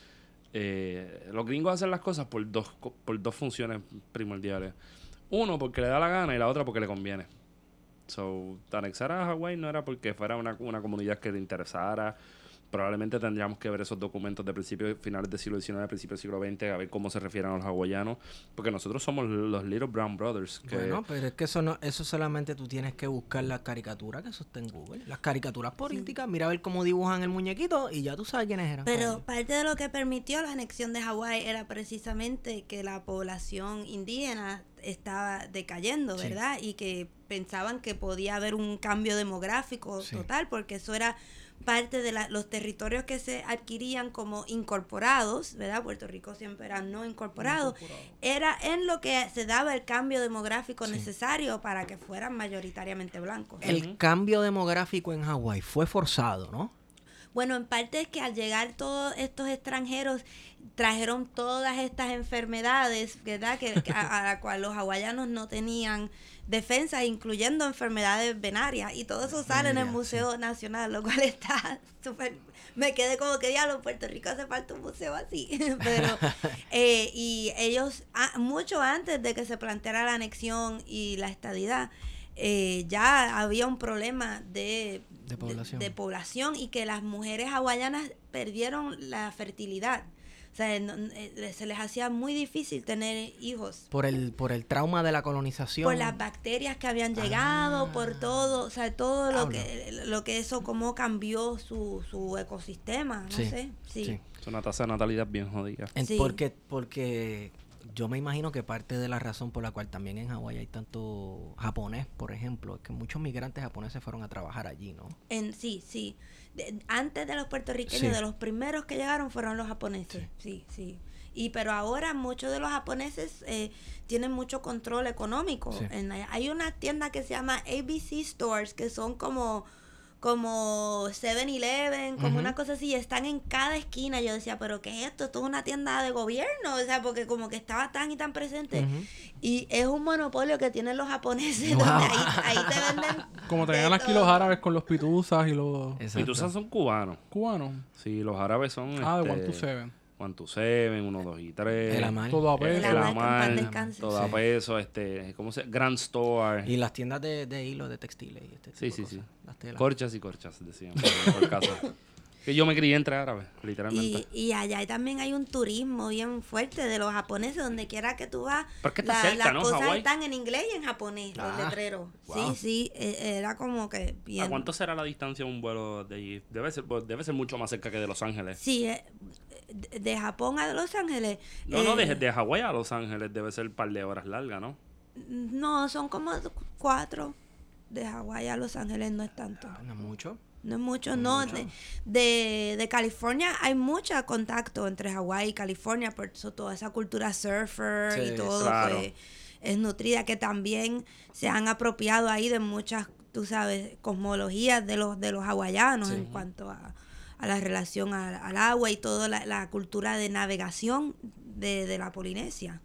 los gringos hacen las cosas por dos funciones primordiales. Uno, porque le da la gana, y la otra porque le conviene. So, anexar a Hawái no era porque fuera una comunidad que le interesara. Probablemente tendríamos que ver esos documentos de finales del siglo XIX, principios del siglo XX, a ver cómo se refieren a los hawaianos, porque nosotros somos los Little Brown Brothers. Bueno, pero es que eso solamente tú tienes que buscar las caricaturas, que eso está en Google. Las caricaturas políticas, mira a ver cómo dibujan el muñequito y ya tú sabes quiénes eran. Pero parte de lo que permitió la anexión de Hawái era precisamente que la población indígena estaba decayendo, ¿verdad? Y que pensaban que podía haber un cambio demográfico total, porque eso era parte de los territorios que se adquirían como incorporados, ¿verdad? Puerto Rico siempre era no incorporado. Era en lo que se daba el cambio demográfico necesario para que fueran mayoritariamente blancos. El cambio demográfico en Hawái fue forzado, ¿no? Bueno, en parte es que al llegar todos estos extranjeros trajeron todas estas enfermedades, ¿verdad? Que a la cual los hawaianos no tenían defensa, incluyendo enfermedades venarias, y todo eso sale en el Museo Nacional, lo cual está súper... Me quedé como que diablo, en Puerto Rico hace falta un museo así. Pero y ellos, mucho antes de que se planteara la anexión y la estadidad, ya había un problema de población y que las mujeres hawaianas perdieron la fertilidad. O sea, se les hacía muy difícil tener hijos. Por el trauma de la colonización. Por las bacterias que habían llegado, por todo, o sea, todo lo que eso, cómo cambió su ecosistema, no sé. Sí. Es una tasa de natalidad bien jodida. Porque yo me imagino que parte de la razón por la cual también en Hawái hay tanto japonés, por ejemplo, es que muchos migrantes japoneses fueron a trabajar allí, ¿no? Sí. Antes de los puertorriqueños, de los primeros que llegaron fueron los japoneses. Sí. Pero ahora muchos de los japoneses tienen mucho control económico. Sí. Hay una tienda que se llama ABC Stores, que son como 7-Eleven, como una cosa así, están en cada esquina. Yo decía, ¿pero qué es esto? Esto es una tienda de gobierno, o sea, porque como que estaba tan y tan presente. Y es un monopolio que tienen los japoneses, donde ahí te venden... Como tenían aquí los árabes con los pituzas y los... Exacto. Pituzas son cubanos. ¿Cubanos? Sí, los árabes son... de 1-2-7. 1-2-7, 1, 2 y 3. El Amar. Todo a peso. El Amar, descanse. todo a peso, ¿cómo se llama? Grand Store. Y las tiendas de hilo, de textiles y este tipo de cosas. Las telas. Corchas y corchas, decían, por caso. Que yo me crié entre árabes, literalmente. Y allá también hay un turismo bien fuerte de los japoneses, donde quiera que tú vas. Porque está cerca, las ¿no? cosas Hawái. están en inglés y en japonés, los letreros. Wow. Sí, era como que bien. ¿A cuánto será la distancia de un vuelo de allí? Debe ser mucho más cerca que de Los Ángeles. Sí, de Japón a Los Ángeles. No, de Hawái a Los Ángeles debe ser un par de horas larga, ¿no? No, son como 4. De Hawái a Los Ángeles no es tanto. No es mucho. No es mucho, no. De California hay mucho contacto entre Hawái y California, por eso toda esa cultura surfer y todo claro. pues, es nutrida, que también se han apropiado ahí de muchas, tú sabes, cosmologías de los hawaianos en cuanto a la relación al agua y toda la cultura de navegación de la Polinesia.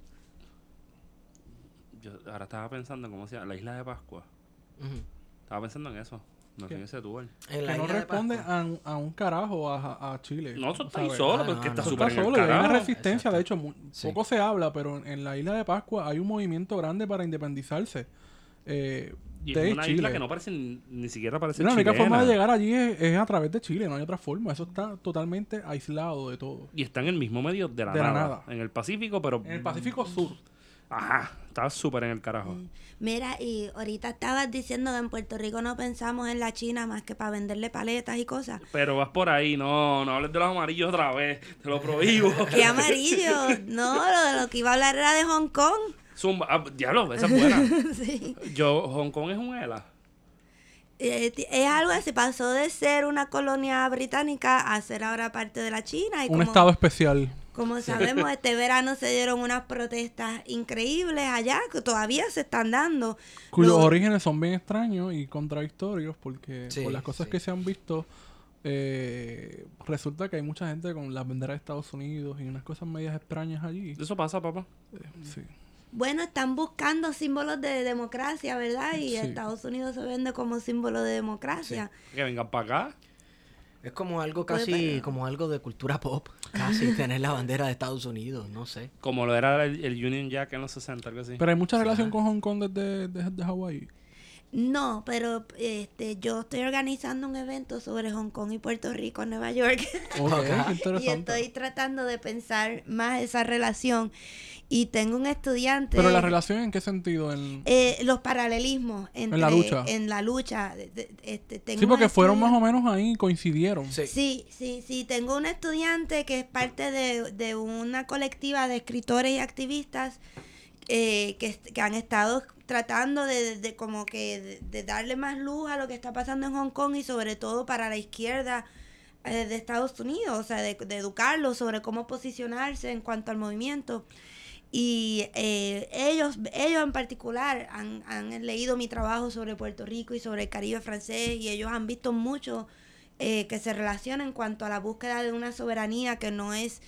Yo ahora estaba pensando, ¿cómo se llama? La isla de Pascua. Estaba pensando en eso. No sé en ese tour. Que no responde a un carajo a Chile. No, eso está ahí ¿sabes? solo, porque está Eso súper está en el solo y hay una carajo. resistencia. De hecho, poco se habla, pero en la isla de Pascua hay un movimiento grande para independizarse Y de es una Chile. isla que no parece ni siquiera parece La única chilena. forma de llegar allí es a través de Chile, no hay otra forma. Eso está totalmente aislado de todo. Y está en el mismo medio de la nada. En el Pacífico, pero... En el Pacífico Sur. Ajá, está súper en el carajo. Mira, y ahorita estabas diciendo que en Puerto Rico no pensamos en la China más que para venderle paletas y cosas. Pero vas por ahí, no hables de los amarillos otra vez, te lo prohíbo. ¿Qué amarillo? No, lo que iba a hablar era de Hong Kong. Zumba, diablo, esa es buena. Sí. Hong Kong es un ELA. Es algo así, pasó de ser una colonia británica a ser ahora parte de la China. Y Un estado especial. Como sabemos, este verano se dieron unas protestas increíbles allá, que todavía se están dando. Cuyos orígenes son bien extraños y contradictorios, porque por las cosas sí. que se han visto, resulta que hay mucha gente con las banderas de Estados Unidos y unas cosas medias extrañas allí. Eso pasa, papá. Sí. Bueno, están buscando símbolos de democracia, ¿verdad? Y Sí. Estados Unidos se vende como símbolo de democracia. Que vengan para acá. Es como algo Pues, casi, pero- como algo de cultura pop, casi tener la bandera de Estados Unidos, no sé. Como lo era el Union Jack en los 60, algo así. Pero hay mucha relación con Hong Kong desde Hawái. No, pero yo estoy organizando un evento sobre Hong Kong y Puerto Rico en Nueva York. Ok, qué Y interesante. estoy tratando de pensar más esa relación. Y tengo un estudiante. Pero la relación, ¿en qué sentido? Los paralelismos entre, la lucha. En la lucha. Tengo Sí, un porque fueron más estudiante- o menos ahí, coincidieron. Sí. Tengo un estudiante que es parte de una colectiva de escritores y activistas que han estado tratando de como que de darle más luz a lo que está pasando en Hong Kong y sobre todo para la izquierda de Estados Unidos, o sea, de educarlos sobre cómo posicionarse en cuanto al movimiento. Y ellos en particular han leído mi trabajo sobre Puerto Rico y sobre el Caribe francés y ellos han visto mucho que se relaciona en cuanto a la búsqueda de una soberanía que no es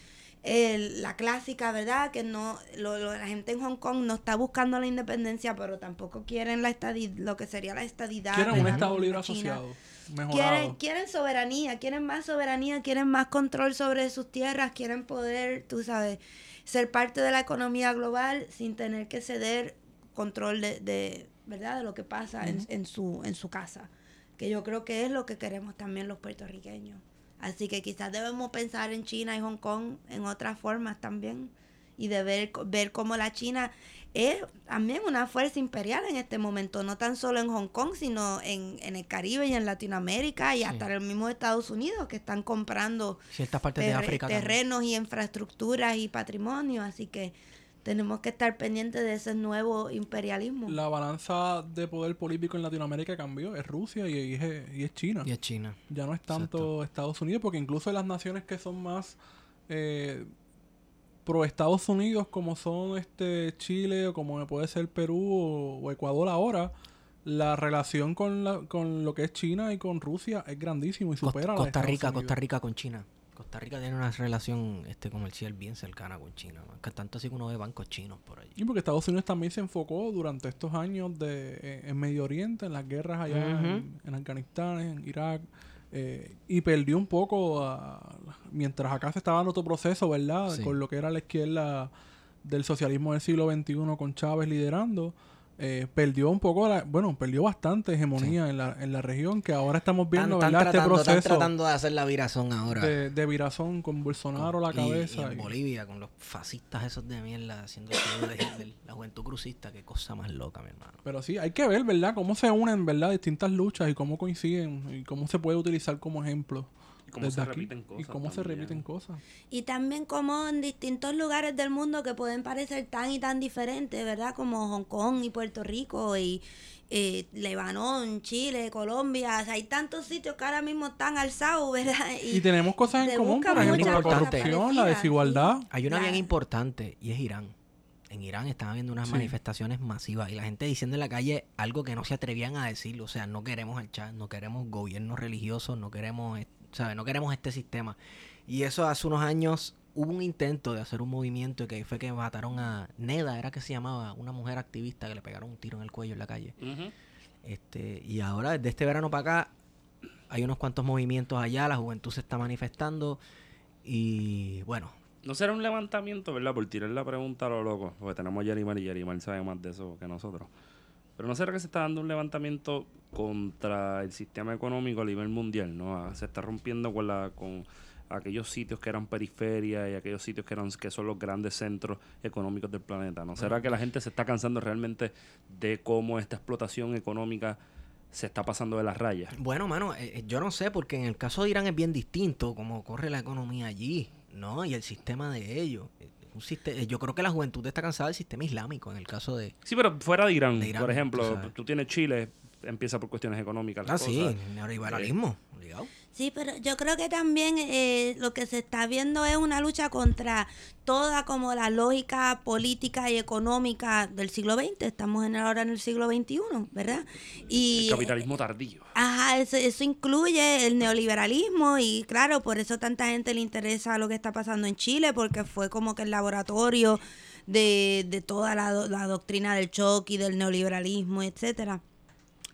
la clásica, ¿verdad? Que no la gente en Hong Kong no está buscando la independencia, pero tampoco quieren lo que sería la estadidad. Quieren un ¿verdad? Estado Como libre China. asociado, mejorado. Quieren soberanía, quieren más control sobre sus tierras, quieren poder, tú sabes, ser parte de la economía global sin tener que ceder control de ¿verdad? De lo que pasa en su casa. Que yo creo que es lo que queremos también los puertorriqueños. Así que quizás debemos pensar en China y Hong Kong en otras formas también y de ver cómo la China es también una fuerza imperial en este momento, no tan solo en Hong Kong, sino en el Caribe y en Latinoamérica y Sí. hasta en el mismo Estados Unidos que están comprando Ciertas partes de África también. terrenos y infraestructuras y patrimonio, así que tenemos que estar pendientes de ese nuevo imperialismo. La balanza de poder político en Latinoamérica cambió. Es Rusia y es China. Y es China. Ya no es tanto Estados Unidos, porque incluso las naciones que son más pro Estados Unidos, como son Chile o como puede ser Perú o Ecuador ahora, la relación con lo que es China y con Rusia es grandísimo y supera la de Costa Rica Estados Unidos. con China. Costa Rica tiene una relación comercial bien cercana con China, ¿no? Que tanto así que uno ve bancos chinos por allí. Y porque Estados Unidos también se enfocó durante estos años en Medio Oriente, en las guerras allá en Afganistán, en Irak, y perdió un poco mientras acá se estaba dando otro proceso, ¿verdad? Sí. Con lo que era la izquierda del socialismo del siglo XXI con Chávez liderando. Perdió un poco, perdió bastante hegemonía en la región, que ahora estamos viendo, ¿verdad? Este Están proceso tratando de hacer la virazón ahora. de virazón con Bolsonaro a la cabeza. Y en Bolivia, con los fascistas esos de mierda haciendo el show de Hitler, la juventud crucista, qué cosa más loca, mi hermano. Pero sí, hay que ver, ¿verdad? Cómo se unen, ¿verdad? Distintas luchas y cómo coinciden y cómo se puede utilizar como ejemplo. Y cómo desde se aquí. repiten cosas Y cómo se también. repiten cosas. Y también como en distintos lugares del mundo que pueden parecer tan y tan diferentes, ¿verdad? Como Hong Kong y Puerto Rico y Lebanón, Chile, Colombia. O sea, hay tantos sitios que ahora mismo están alzados, ¿verdad? Y tenemos cosas en se común, buscan por ejemplo, la muchas cosas corrupción, la parecidas, desigualdad. sí. Hay una bien Claro. importante y es Irán. En Irán están habiendo unas Sí. manifestaciones masivas y la gente diciendo en la calle algo que no se atrevían a decir. O sea, no queremos al Shah, no queremos gobiernos religiosos, no queremos, ¿sabes? No queremos este sistema. Y eso hace unos años hubo un intento de hacer un movimiento que fue que mataron a Neda, era que se llamaba, una mujer activista que le pegaron un tiro en el cuello en la calle. Ujú. Y ahora, desde este verano para acá, hay unos cuantos movimientos allá, la juventud se está manifestando y bueno. No será un levantamiento, ¿verdad? Por tirar la pregunta a lo loco. Porque tenemos a Yerimar y Yerimar sabe más de eso que nosotros. Pero no será que se está dando un levantamiento contra el sistema económico a nivel mundial, ¿no? Se está rompiendo con aquellos sitios que eran periferias y aquellos sitios que son los grandes centros económicos del planeta. ¿No será que la gente se está cansando realmente de cómo esta explotación económica se está pasando de las rayas? Bueno, mano, yo no sé, porque en el caso de Irán es bien distinto cómo corre la economía allí, ¿no? Y el sistema de ellos. Yo creo que la juventud está cansada del sistema islámico en el caso de... Sí, pero fuera de Irán, De Irán, por ejemplo, tú sabes. tú tienes Chile, empieza por cuestiones económicas. las sí, cosas. neoliberalismo, obligado. Sí, pero yo creo que también lo que se está viendo es una lucha contra toda como la lógica política y económica del siglo XX. Estamos ahora en el siglo XXI, ¿verdad? Y El capitalismo tardío. ajá, eso incluye el neoliberalismo y claro, por eso tanta gente le interesa lo que está pasando en Chile, porque fue como que el laboratorio de toda la doctrina del choque y del neoliberalismo, etcétera.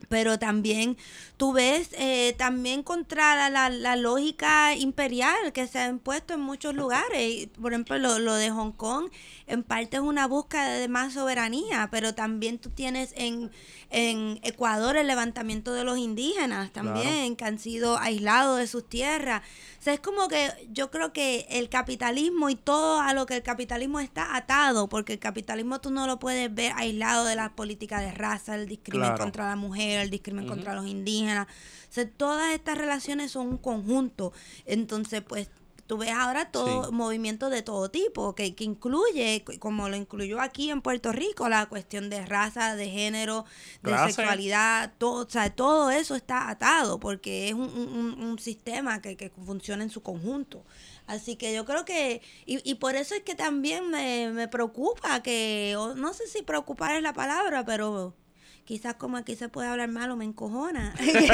Pero también tú ves también contra la lógica imperial que se ha impuesto en muchos lugares. Por ejemplo, lo de Hong Kong en parte es una búsqueda de más soberanía, pero también tú tienes en Ecuador el levantamiento de los indígenas también, que han sido aislados de sus tierras. O sea, es como que yo creo que el capitalismo y todo a lo que el capitalismo está atado, porque el capitalismo tú no lo puedes ver aislado de las políticas de raza, el discrimen contra la mujer, el discrimen contra los indígenas. O sea, todas estas relaciones son un conjunto. Entonces, pues, tú ves ahora todo movimientos de todo tipo, que incluye, como lo incluyó aquí en Puerto Rico, la cuestión de raza, de género, de sexualidad, todo, o sea, todo eso está atado, porque es un sistema que funciona en su conjunto. Así que yo creo que, y por eso es que también me preocupa que, no sé si preocupar es la palabra, pero quizás como aquí se puede hablar malo, me encojona.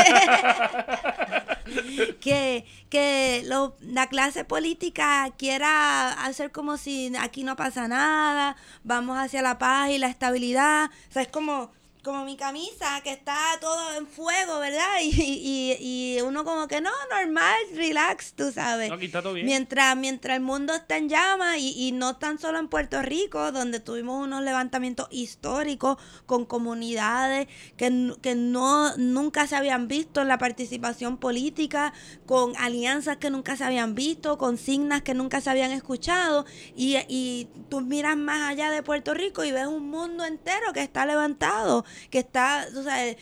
que la clase política quiera hacer como si aquí no pasa nada, vamos hacia la paz y la estabilidad. O sea, es como mi camisa, que está todo en fuego, ¿verdad? Y uno como que no, normal, relax, tú sabes. No, aquí está todo bien. Mientras el mundo está en llamas, y no tan solo en Puerto Rico, donde tuvimos unos levantamientos históricos con comunidades que nunca se habían visto en la participación política, con alianzas que nunca se habían visto, con signas que nunca se habían escuchado, y tú miras más allá de Puerto Rico y ves un mundo entero que está levantado, que está, tú sabes,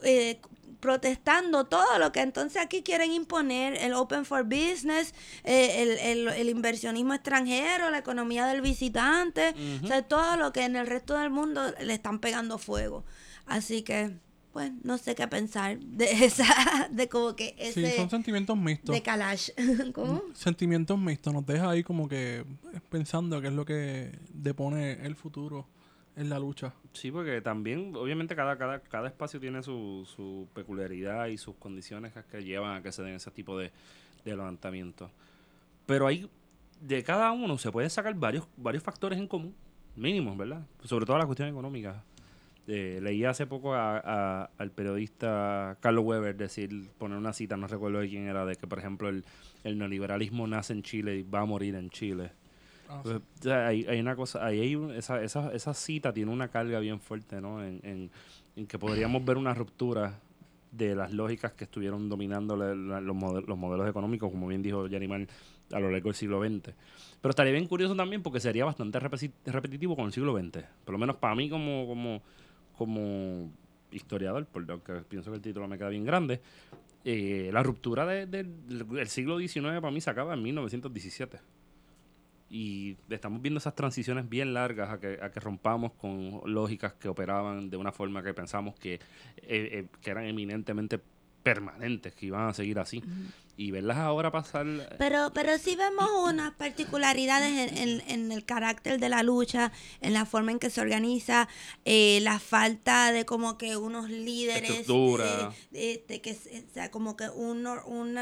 protestando todo lo que entonces aquí quieren imponer, el open for business, el inversionismo extranjero, la economía del visitante, o sea, todo lo que en el resto del mundo le están pegando fuego. Así que, pues, no sé qué pensar de como que ese... Sí, son sentimientos mixtos. De Kalash. ¿Cómo? Sentimientos mixtos, nos deja ahí como que pensando qué es lo que depone el futuro en la lucha. Sí, porque también, obviamente, cada espacio tiene su peculiaridad y sus condiciones que llevan a que se den ese tipo de levantamientos. Pero ahí, de cada uno, se pueden sacar varios factores en común, mínimos, ¿verdad? Sobre todo la cuestión económica. Leí hace poco al periodista Carlos Weber poner una cita, no recuerdo de quién era, de que, por ejemplo, el neoliberalismo nace en Chile y va a morir en Chile. Pues, o sea, hay una cosa, esa cita tiene una carga bien fuerte, ¿no? En que podríamos ver una ruptura de las lógicas que estuvieron dominando los modelos económicos, como bien dijo Yarimar, a lo largo del siglo XX. Pero estaría bien curioso también porque sería bastante repetitivo con el siglo XX. Por lo menos para mí como historiador, porque pienso que el título me queda bien grande, la ruptura del siglo XIX para mí se acaba en 1917. Y estamos viendo esas transiciones bien largas a que rompamos con lógicas que operaban de una forma que pensamos que eran eminentemente permanentes, que iban a seguir así. Y verlas ahora pasar... Pero sí vemos unas particularidades en el carácter de la lucha, en la forma en que se organiza, la falta de como que unos líderes... Estructura. O sea, como que una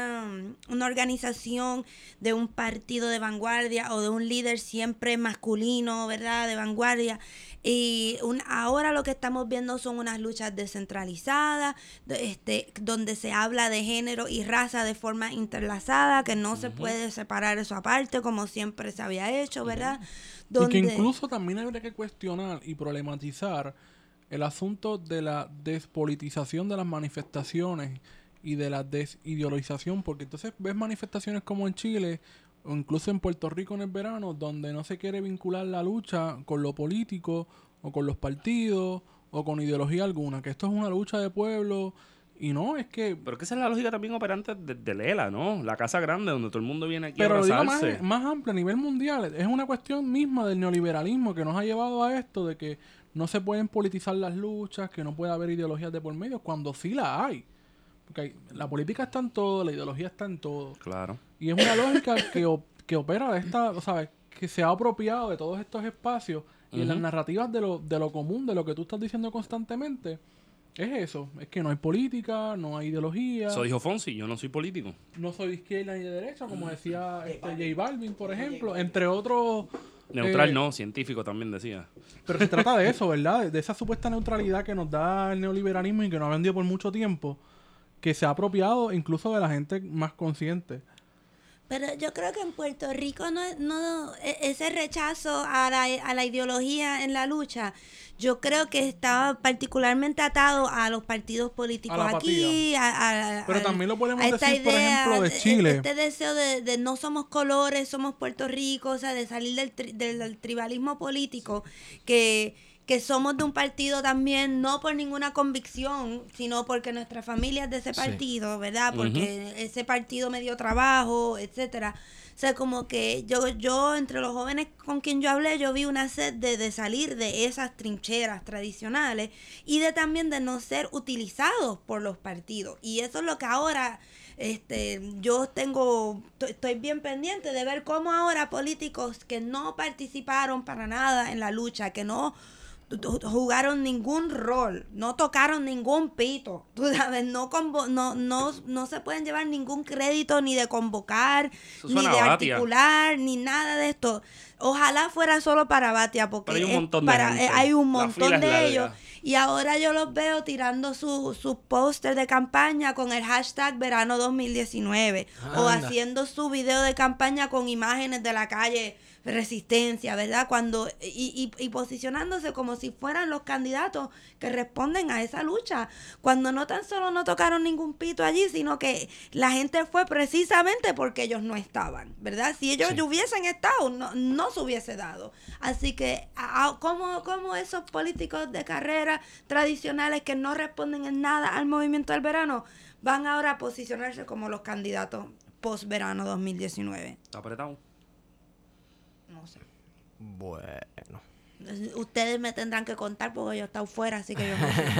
organización de un partido de vanguardia o de un líder siempre masculino, ¿verdad? De vanguardia. Y ahora lo que estamos viendo son unas luchas descentralizadas, donde se habla de género y raza de forma interlazada, que no se puede separar eso aparte, como siempre se había hecho, ¿verdad? Y que incluso también habría que cuestionar y problematizar el asunto de la despolitización de las manifestaciones y de la desideologización, porque entonces ves manifestaciones como en Chile o incluso en Puerto Rico en el verano, donde no se quiere vincular la lucha con lo político o con los partidos o con ideología alguna, que esto es una lucha de pueblo. Y no, es que... Pero que esa es la lógica también operante de Lela, ¿no? La casa grande donde todo el mundo viene aquí pero a abrazarse. Pero más amplia a nivel mundial. Es una cuestión misma del neoliberalismo que nos ha llevado a esto de que no se pueden politizar las luchas, que no puede haber ideologías de por medio, cuando sí la hay. Porque la política está en todo, la ideología está en todo. Claro. Y es una lógica que opera de esta... O sea, que se ha apropiado de todos estos espacios y en las narrativas de lo común, de lo que tú estás diciendo constantemente. Es eso, es que no hay política, no hay ideología. Eso dijo Fonsi, yo no soy político. No soy de izquierda ni de derecha, como decía J Balvin, por ejemplo, entre otros Neutral no, científico también decía. Pero se trata de eso, ¿verdad? De esa supuesta neutralidad que nos da el neoliberalismo y que nos ha vendido por mucho tiempo, que se ha apropiado incluso de la gente más consciente. Pero yo creo que en Puerto Rico ese rechazo a la ideología en la lucha, yo creo que está particularmente atado a los partidos políticos A la aquí, Pero también lo podemos a esta decir, por idea, ejemplo, de Chile. este deseo de no somos colores, somos Puerto Rico, o sea, de salir del tribalismo político, que somos de un partido también, no por ninguna convicción, sino porque nuestra familia es de ese partido, ¿verdad? Porque ese partido me dio trabajo, etcétera. O sea, como que yo entre los jóvenes con quien yo hablé, yo vi una sed de salir de esas trincheras tradicionales y de también de no ser utilizados por los partidos. Y eso es lo que ahora yo estoy bien pendiente de ver cómo ahora políticos que no participaron para nada en la lucha, que no jugaron ningún rol, no tocaron ningún pito, tú sabes, no se pueden llevar ningún crédito ni de convocar, ni de articular, ni nada de esto. Ojalá fuera solo para Batia, porque hay un montón de gente. Hay un montón de larga. ellos. Y ahora yo los veo tirando sus póster de campaña con el hashtag verano 2019 o haciendo su video de campaña con imágenes de la calle Resistencia, ¿verdad? Y posicionándose como si fueran los candidatos que responden a esa lucha, cuando no tan solo no tocaron ningún pito allí, sino que la gente fue precisamente porque ellos no estaban, ¿verdad? Si ellos hubiesen estado, no se hubiese dado. Así que, ¿cómo esos políticos de carrera tradicionales que no responden en nada al movimiento del verano van ahora a posicionarse como los candidatos post-verano 2019? Está apretado. No sé. Bueno. Ustedes me tendrán que contar porque yo he estado fuera, así que yo no sé.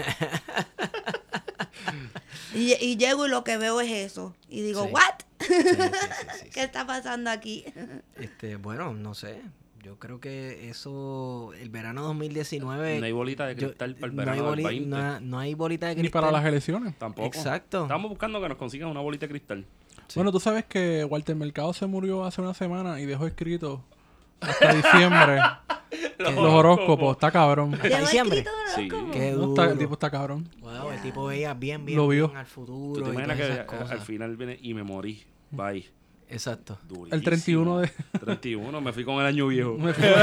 y llego y lo que veo es eso. Y digo, ¿what? ¿Qué está pasando aquí? Bueno, no sé. Yo creo que eso, el verano 2019... No hay bolita de cristal para el verano del 20. No hay bolita de cristal. Ni para las elecciones. Tampoco. Exacto. Estamos buscando que nos consigan una bolita de cristal. Sí. Bueno, tú sabes que Walter Mercado se murió hace una semana y dejó escrito hasta diciembre los horóscopos. Está cabrón. ¿Hasta diciembre? Sí. Qué No, duro. el tipo está cabrón. Wow, el tipo veía bien Lo vio. bien al ¿Tú futuro te y imaginas todas que esas cosas. al final viene y me morí? Bye. Exacto. Durísimo. El 31 de... 31, me fui con el año viejo.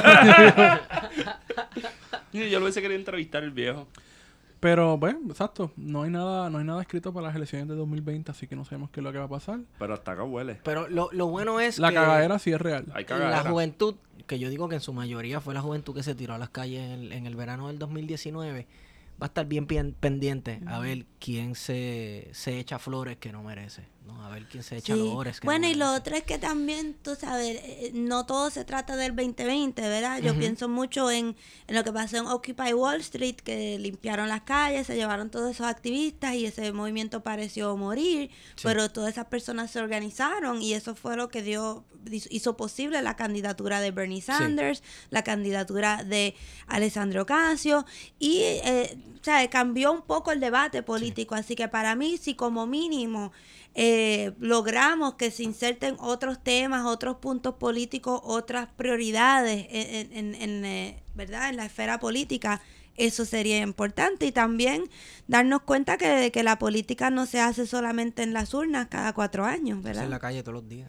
Yo lo hubiese querido entrevistar el viejo. Pero, bueno, exacto. No hay nada escrito para las elecciones de 2020, así que no sabemos qué es lo que va a pasar. Pero hasta acá huele. Pero lo bueno es La que cagadera sí es real. Hay cagadera. la juventud, que yo digo que en su mayoría fue la juventud que se tiró a las calles en el verano del 2019, va a estar bien pendiente a ver quién se echa flores que no merece, ¿no? A ver quién se echa flores que bueno, no y lo merece. otro es que también, tú sabes, no todo se trata del 2020, ¿verdad? Yo pienso mucho en lo que pasó en Occupy Wall Street, que limpiaron las calles, se llevaron todos esos activistas y ese movimiento pareció morir, pero todas esas personas se organizaron y eso fue lo que hizo posible la candidatura de Bernie Sanders, la candidatura de Alessandro Ocasio y o sea, cambió un poco el debate político, así que para mí, si como mínimo logramos que se inserten otros temas, otros puntos políticos, otras prioridades ¿verdad? En la esfera política, eso sería importante. Y también darnos cuenta que la política no se hace solamente en las urnas cada 4 años, ¿verdad? Es en la calle todos los días.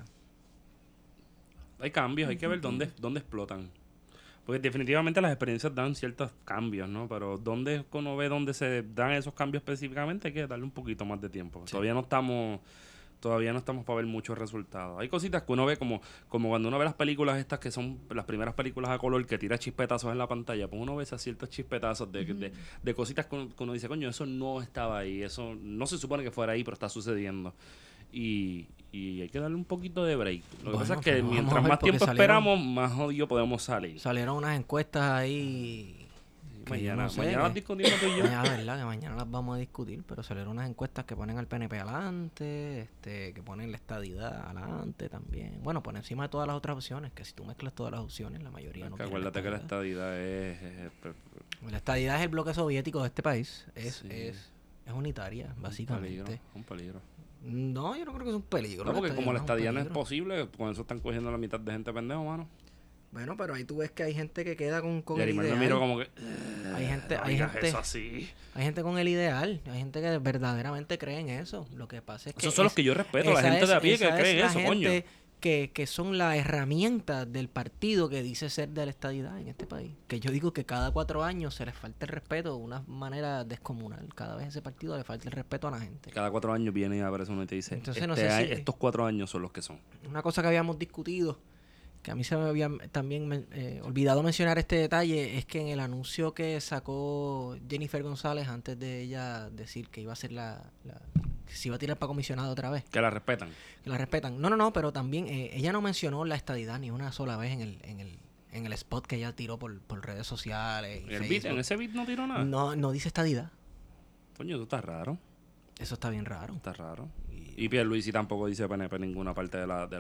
Hay cambios, hay que ver dónde explotan. Porque definitivamente las experiencias dan ciertos cambios, ¿no? Pero dónde uno ve dónde se dan esos cambios específicamente, hay que darle un poquito más de tiempo. Sí. Todavía no estamos para ver muchos resultados. Hay cositas que uno ve como cuando uno ve las películas estas que son las primeras películas a color que tira chispetazos en la pantalla, pues uno ve esos ciertos chispetazos de cositas que uno dice, coño, eso no estaba ahí, eso no se supone que fuera ahí, pero está sucediendo. Y hay que darle un poquito de break. Lo que pasa es que mientras más tiempo esperamos, más jodido podemos salir. Salieron unas encuestas ahí. Mañana las discutimos tú y yo. Verdad que mañana las vamos a discutir, pero salieron unas encuestas que ponen al PNP adelante, que ponen la estadidad adelante también. Bueno, por encima de todas las otras opciones, que si tú mezclas todas las opciones, la mayoría no quiere. Acuérdate que la estadidad La estadidad es el bloque soviético de este país. Es unitaria, básicamente. Un peligro. No, yo no creo que es un peligro. No, porque como la estadía no es posible, con eso están cogiendo la mitad de gente pendejo, mano. Bueno, pero ahí tú ves que hay gente que queda con el Yarimar me ideal. miró como que... Hay gente, no hay digas gente, eso así. hay gente con el ideal, hay gente que verdaderamente cree en eso. Lo que pasa es que Esos son los que yo respeto, la esa gente de a pie que esa cree en es la eso, coño. gente que son la herramienta del partido que dice ser de la estadidad en este país. Que yo digo que cada 4 años se les falta el respeto de una manera descomunal. Cada vez a ese partido le falta el respeto a la gente. Cada 4 años viene y aparece uno y te dice, Entonces, no sé si- estos 4 años son los que son. Una cosa que habíamos discutido, que a mí se me había también olvidado mencionar este detalle, es que en el anuncio que sacó Jennifer González antes de ella decir que iba a ser que se iba a tirar para comisionado otra vez, Que la respetan. que la respetan. No, pero también ella no mencionó la estadidad ni una sola vez en el spot que ella tiró por redes sociales. Y ¿En Facebook. ese beat no tiró nada? No dice estadidad. Coño, eso está raro. Eso está bien raro. Está raro. Y Pierluisi tampoco dice PNP en ninguna parte de la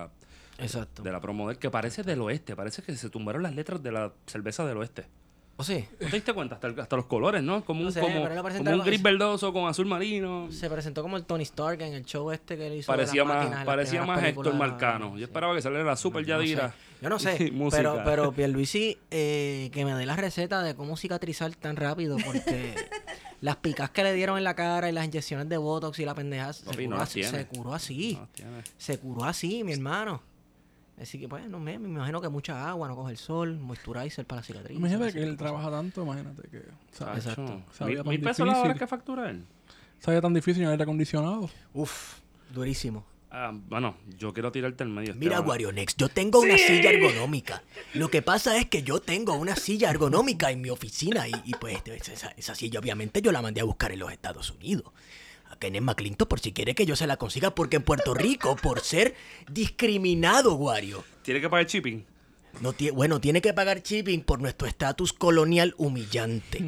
Exacto. promo de él, que parece del oeste. Parece que se tumbaron las letras de la cerveza del oeste. ¿O sí? ¿No te diste cuenta? Hasta los colores, ¿no? Como No un, sé, como, pero lo como presentaron un gris así. verdoso con azul marino. Se presentó como el Tony Stark en el show este que él hizo. Parecía de las máquinas en las parecía primeras más películas. Héctor Marcano. Yo Sí. esperaba que saliera la Super Yadira. Yo no sé, Música. pero Pierluisi, que me dé la receta de cómo cicatrizar tan rápido, porque las picas que le dieron en la cara y las inyecciones de Botox y la pendeja Papi, no las tiene. se curó así. No, tiene. Se curó así, mi hermano. Así que, pues, no me imagino que mucha agua, no coge el sol, moisturizer para la cicatriz. Imagínate ese que tipo él de cosas. trabaja tanto, imagínate que... ¿sabes? Exacto. Chacho, Sabía tan ¿1,000 pesos la hora difícil. que factura él? ¿Sabía tan difícil en aire acondicionado? Uf, durísimo. Bueno, yo quiero tirarte el medio. Mira, Esteban. Guarionex, yo tengo una silla ergonómica. Lo que pasa es que yo tengo una silla ergonómica en mi oficina y pues esa silla obviamente yo la mandé a buscar en los Estados Unidos. A Kenneth McClinton por si quiere que yo se la consiga porque en Puerto Rico, por ser discriminado, Guario, ¿Tiene que pagar shipping? bueno, tiene que pagar shipping por nuestro estatus colonial humillante.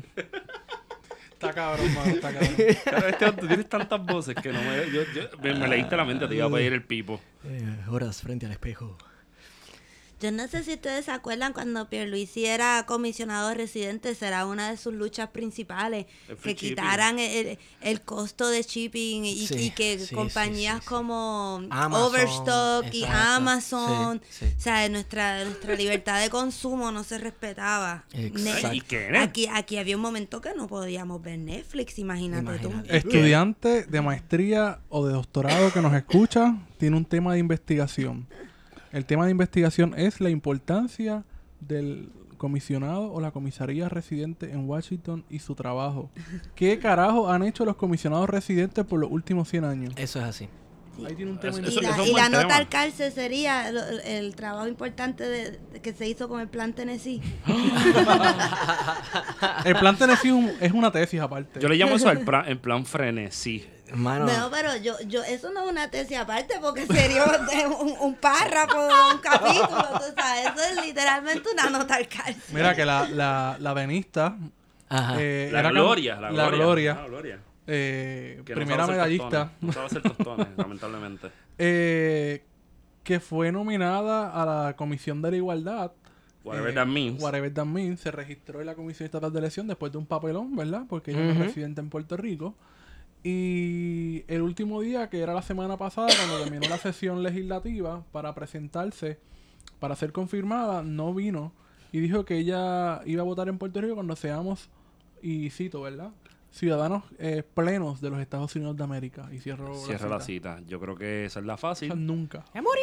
Está cabrón, mano, está cabrón. Pero tú tienes tantas voces que no me leíste la mente, te iba a pedir el pipo. Horas frente al espejo. Yo no sé si ustedes se acuerdan cuando Pierluisi era comisionado residente, será una de sus luchas principales, El free que shipping. quitaran el costo de shipping y que compañías como Amazon, Overstock y exacto. Amazon, Sí, sí. o sea, nuestra libertad de consumo no se respetaba. Exacto. ¿Y qué era? Aquí había un momento que no podíamos ver Netflix, imagínate tú. Estudiante de maestría o de doctorado que nos escucha, tiene un tema de investigación. El tema de investigación es la importancia del comisionado o la comisaría residente en Washington y su trabajo. ¿Qué carajo han hecho los comisionados residentes por los últimos 100 años? Eso es así. Ahí tiene un tema Eso- Y eso la, es un y buen la nota tema. al cárcel sería el trabajo importante de que se hizo con el plan Tennessee. El plan Tennessee es una tesis aparte. Yo le llamo eso el plan frenesí. Hermano, No, pero yo eso no es una tesis aparte porque sería un párrafo, un capítulo, tú sabes, eso es literalmente una nota al cárcel. Mira que la venista ajá. La era Gloria. la Gloria, Que primera no sabe hacer medallista, tostones, no sabe hacer tostones, lamentablemente. que fue nominada a la Comisión de la Igualdad. Whatever that means. Whatever that means. Se registró en la Comisión Estatal de Elección después de un papelón, ¿verdad? Porque ella no es Ujú. residente en Puerto Rico. Y el último día, que era la semana pasada, cuando terminó la sesión legislativa para presentarse, para ser confirmada, no vino. Y dijo que ella iba a votar en Puerto Rico cuando seamos, y cito, ¿verdad? Ciudadanos plenos de los Estados Unidos de América. Y cierra Cierra la cita. Yo creo que esa es la fácil. Nunca. ¡Se murió!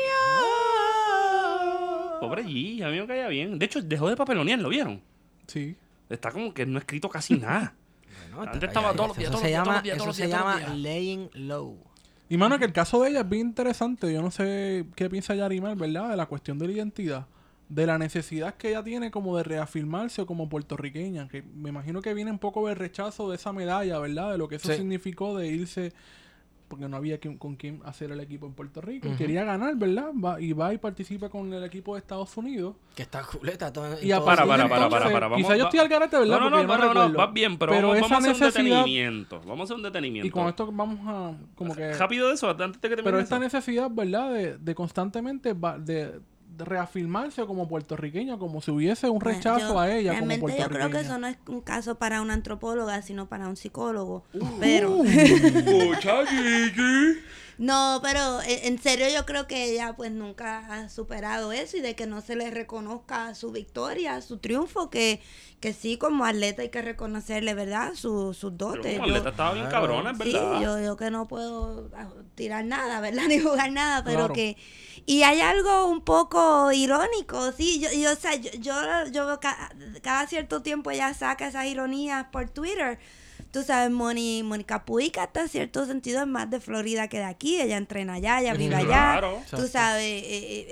Pobre G, a mí me caía bien. De hecho, dejó de papelonear, ¿lo vieron? Sí. Está como que no ha escrito casi nada. Bueno, Antes estaba todos los días, eso todos se los días, llama, todos los días, eso todos se los días, llama todos los días. laying low. Y mano, que el caso de ella es bien interesante. Yo no sé qué piensa Yarimar, ¿verdad? De la cuestión de la identidad. De la necesidad que ella tiene como de reafirmarse como puertorriqueña. Que me imagino que viene un poco del rechazo de esa medalla, ¿verdad? De lo que eso Sí. significó de irse... Porque no había con quién hacer el equipo en Puerto Rico. Y Ujú. quería ganar, ¿verdad? Va y participa con el equipo de Estados Unidos. Que está culeta. Todo, Y a todo Para, eso. para. entonces, Vamos, quizá yo estoy al garete, ¿verdad? No, Porque yo recuerdo. vas bien, pero vamos esa a hacer un necesidad... detenimiento. Vamos a hacer un detenimiento. Y con esto vamos a... como que Rápido de eso, antes de que termine Pero eso. esta necesidad, ¿verdad? De constantemente de reafirmarse como puertorriqueña, como si hubiese un rechazo a ella como Realmente yo puertorriqueña. creo que eso no es un caso para una antropóloga, sino para un psicólogo. Pero Escucha, Gigi. No, pero en serio yo creo que ella pues nunca ha superado eso y de que no se le reconozca su victoria, su triunfo, que sí, como atleta hay que reconocerle, ¿verdad? Sus dotes. Pero como atleta estaba bien cabrona, es Sí, verdad. yo que no puedo tirar nada, ¿verdad? Ni jugar nada, pero Claro. que... Y hay algo un poco irónico, sí, o sea, yo veo cada cierto tiempo ella saca esas ironías por Twitter. Tú sabes, Mónica Puig, que hasta cierto sentido es más de Florida que de aquí. Ella entrena allá, ella vive allá. Claro. Tú Exacto. sabes,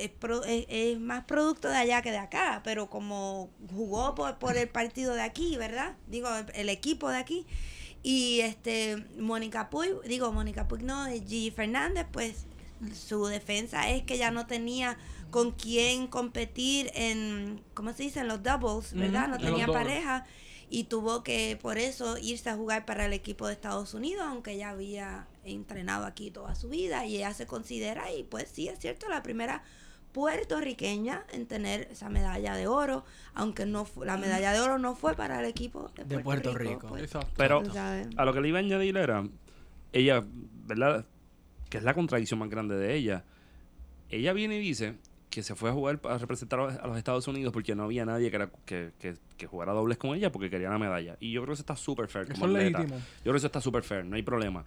es más producto de allá que de acá. Pero como jugó por el partido de aquí, ¿verdad? Digo, el equipo de aquí. Y Mónica Puig no, Gigi Fernández, pues su defensa es que ya no tenía con quién competir en, ¿cómo se dice? En los doubles, ¿verdad? No en los tenía doubles. pareja. Y tuvo que, por eso, irse a jugar para el equipo de Estados Unidos, aunque ella había entrenado aquí toda su vida. Y ella se considera, y pues sí, es cierto, la primera puertorriqueña en tener esa medalla de oro, aunque la medalla de oro no fue para el equipo de Puerto Rico. Pues, Exacto. Pero tú sabes. a lo que le iba a añadir era, ella, ¿verdad? Que es la contradicción más grande de ella. Ella viene y dice que se fue a jugar a representar a los Estados Unidos porque no había nadie que jugara dobles con ella porque quería la medalla. Y yo creo que eso está súper fair Eso como es atleta. legítimo. Yo creo que eso está súper fair, no hay problema.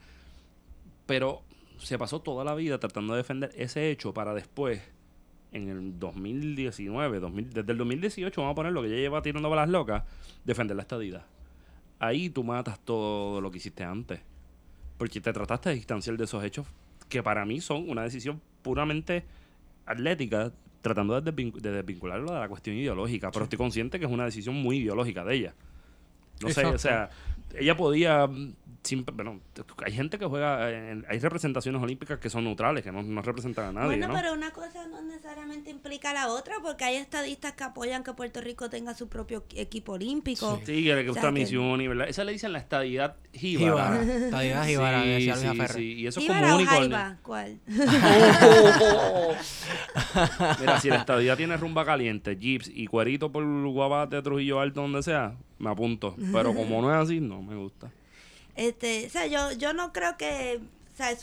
Pero se pasó toda la vida tratando de defender ese hecho para después, en el 2019, desde el 2018, vamos a poner lo que ella lleva tirando balas locas, defender la estadidad. Ahí tú matas todo lo que hiciste antes. Porque te trataste de distanciar de esos hechos que para mí son una decisión puramente atlética, tratando de desvincularlo de la cuestión ideológica. Pero estoy consciente que es una decisión muy ideológica de ella. No sé, Exacto. o sea, ella podía... bueno, hay gente que juega... hay representaciones olímpicas que son neutrales, que no representan a nadie, Bueno, ¿no? pero una cosa no necesariamente implica la otra, porque hay estadistas que apoyan que Puerto Rico tenga su propio equipo olímpico. Sí, que le O gusta sea, Miss que- Uni, ¿verdad? Esa le dicen la estadidad jíbara. Estadidad jíbara, Sí, decía Luisa sí, Ferrer. sí. Y eso es ¿Jíbara como o único. Jaiba? ¿Cuál? Mira, si la estadía tiene rumba caliente, jeeps y cuerito por Guabate, Trujillo Alto, donde sea, me apunto. Pero como no es así, no me gusta. O sea, yo no creo que, o sea,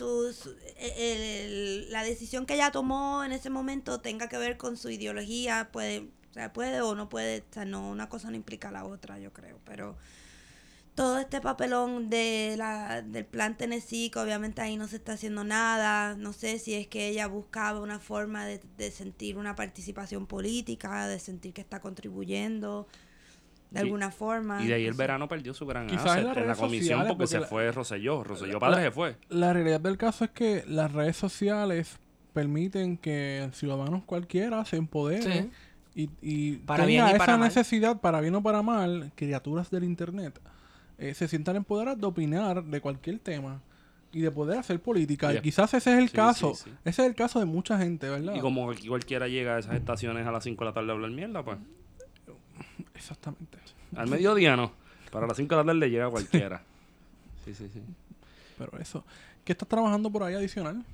la decisión que ella tomó en ese momento tenga que ver con su ideología, puede o no puede, o sea, no, una cosa no implica la otra, yo creo, pero todo este papelón del plan Tennessee, que obviamente ahí no se está haciendo nada, no sé si es que ella buscaba una forma de sentir una participación política, de sentir que está contribuyendo de Y- alguna forma. Y de ahí el no sé. verano perdió su gran Quizás asset en las en la redes comisión sociales, porque se porque fue Rosselló. Rosselló padre se fue. La realidad del caso es que las redes sociales permiten que ciudadanos cualquiera se empoderen y Para tenga bien y para esa mal. necesidad, para bien o para mal, criaturas del internet, se sientan empoderadas de opinar de cualquier tema y de poder hacer política. Y Y quizás ese es el sí, caso. sí, sí. Ese es el caso de mucha gente, ¿verdad? Y como aquí cualquiera llega a esas estaciones a las 5 de la tarde a hablar mierda, pues. Exactamente. Al mediodía no. Para las 5 de la tarde llega cualquiera. Sí, sí, sí. Pero eso. ¿Qué estás trabajando por ahí adicional?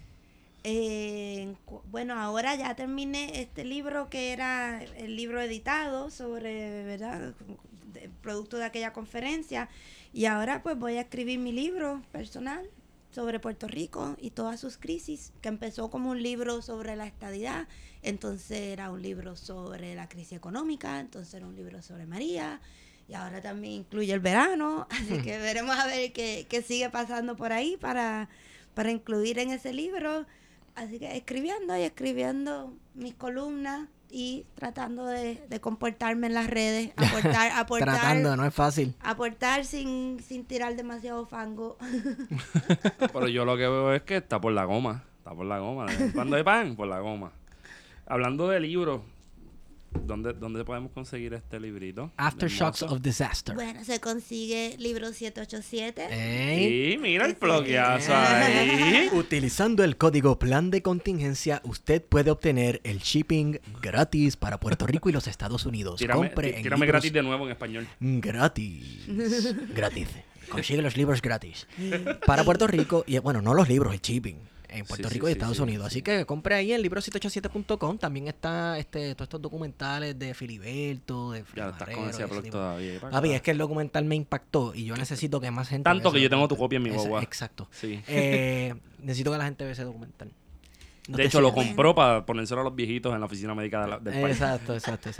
Bueno, ahora ya terminé este libro que era el libro editado sobre, ¿verdad? Producto de aquella conferencia. Y ahora pues voy a escribir mi libro personal sobre Puerto Rico y todas sus crisis, que empezó como un libro sobre la estadidad, entonces era un libro sobre la crisis económica, entonces era un libro sobre María, y ahora también incluye el verano, así que veremos a ver qué sigue pasando por ahí para incluir en ese libro. Así que escribiendo mis columnas y tratando de comportarme en las redes, aportar Tratando, no es fácil. aportar sin tirar demasiado fango. Pero yo lo que veo es que está por la goma. Está por la goma. De vez en cuando hay pan, por la goma. Hablando de libros, ¿dónde podemos conseguir este librito? Aftershocks Hermoso. of Disaster. Bueno, se consigue libro 787. Ey. Sí, mira el bloqueazo ahí. Utilizando el código plan de contingencia, usted puede obtener el shipping gratis para Puerto Rico y los Estados Unidos. Compre en Tírame libros gratis de nuevo en español. gratis. Gratis. Consigue los libros gratis. Para Puerto Rico, y bueno, no los libros, el shipping. en Puerto Sí, Rico sí, y sí, Estados sí, Unidos. sí. Así que compre ahí en libro787.com. También está todos estos documentales de Filiberto, de Fred Ya estás con Marrero, ese y ese blog tipo. todavía. Papi, es que el documental me impactó y yo necesito que más gente Tanto vea que ese yo tengo tu documental. copia en mi guagua. Exacto. Sí. Necesito que la gente vea ese documental. No De te hecho, lo sigas. compró para ponérselo a los viejitos en la oficina médica del país. Exacto.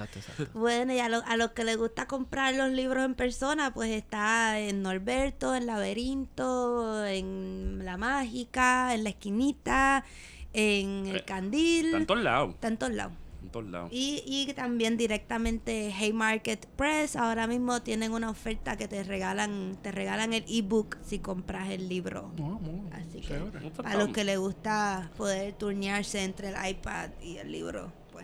Bueno, y a los que les gusta comprar los libros en persona, pues está en Norberto, en Laberinto, en La Mágica, en La Esquinita, en El Candil. Está en todos lados. Está en todos lados. En todos lados. Y también directamente Haymarket Press. Ahora mismo tienen una oferta que te regalan el ebook si compras el libro. Así que Chévere. a los que les gusta poder turnearse entre el iPad y el libro, pues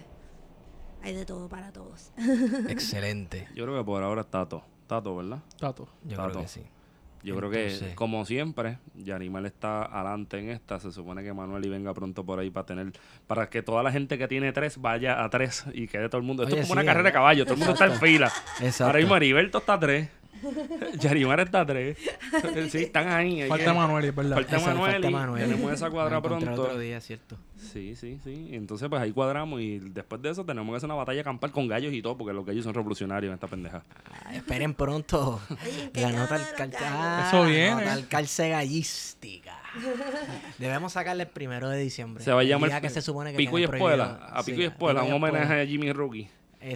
hay de todo para todos. Excelente. Yo creo que por ahora está todo. Está todo, ¿verdad? Tato. Yo Tato. creo que sí. Yo creo que, Entonces- como siempre, Yarimal está adelante en esta. Se supone que Manuel y venga pronto por ahí para que toda la gente que tiene 3 vaya a 3 y quede todo el mundo. Esto Oye, es como una sí, carrera de ¿verdad? caballo, todo el mundo está en fila. Exacto. Ahora mismo Heriberto está a 3. Yarimar está a 3. Sí, están ahí. Falta Manuel, es verdad. Falta Exacto, Manuel falta y Manuel. tenemos esa cuadra Me encontré pronto. otro día, ¿cierto? Sí. Entonces, pues ahí cuadramos y después de eso tenemos que hacer una batalla campal con gallos y todo, porque los gallos son revolucionarios en esta pendeja. Esperen pronto Oye, ¿qué la cada nota de los gallos? Eso viene. Nota alcalce gallística. Debemos sacarle el 1 de diciembre. Se va a El llamar día que se supone que Pico y queden Espuela. prohibidos. A Pico Sí, y Espuela, Pico y un homenaje Espuela. a Jimmy Rookie.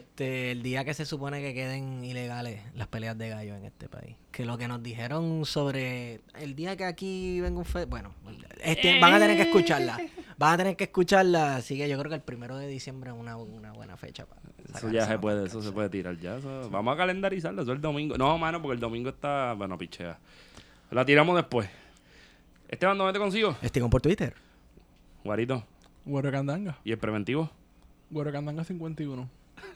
El día que se supone que queden ilegales las peleas de gallos en este país. Que lo que nos dijeron sobre el día que aquí venga un bueno, van a tener que escucharla. Van a tener que escucharla, así que yo creo que el 1 de diciembre es una buena fecha para Eso sacar ya esa se nota puede, alcalce. eso se puede tirar ya. Vamos a calendarizarlo, eso es el domingo. No, mano, porque el domingo está, bueno, pichea. La tiramos después. Esteban, ¿dónde te consigo? Estigón por Twitter. Guarito. Güero Candanga. ¿Y el preventivo? Güero Candanga 51.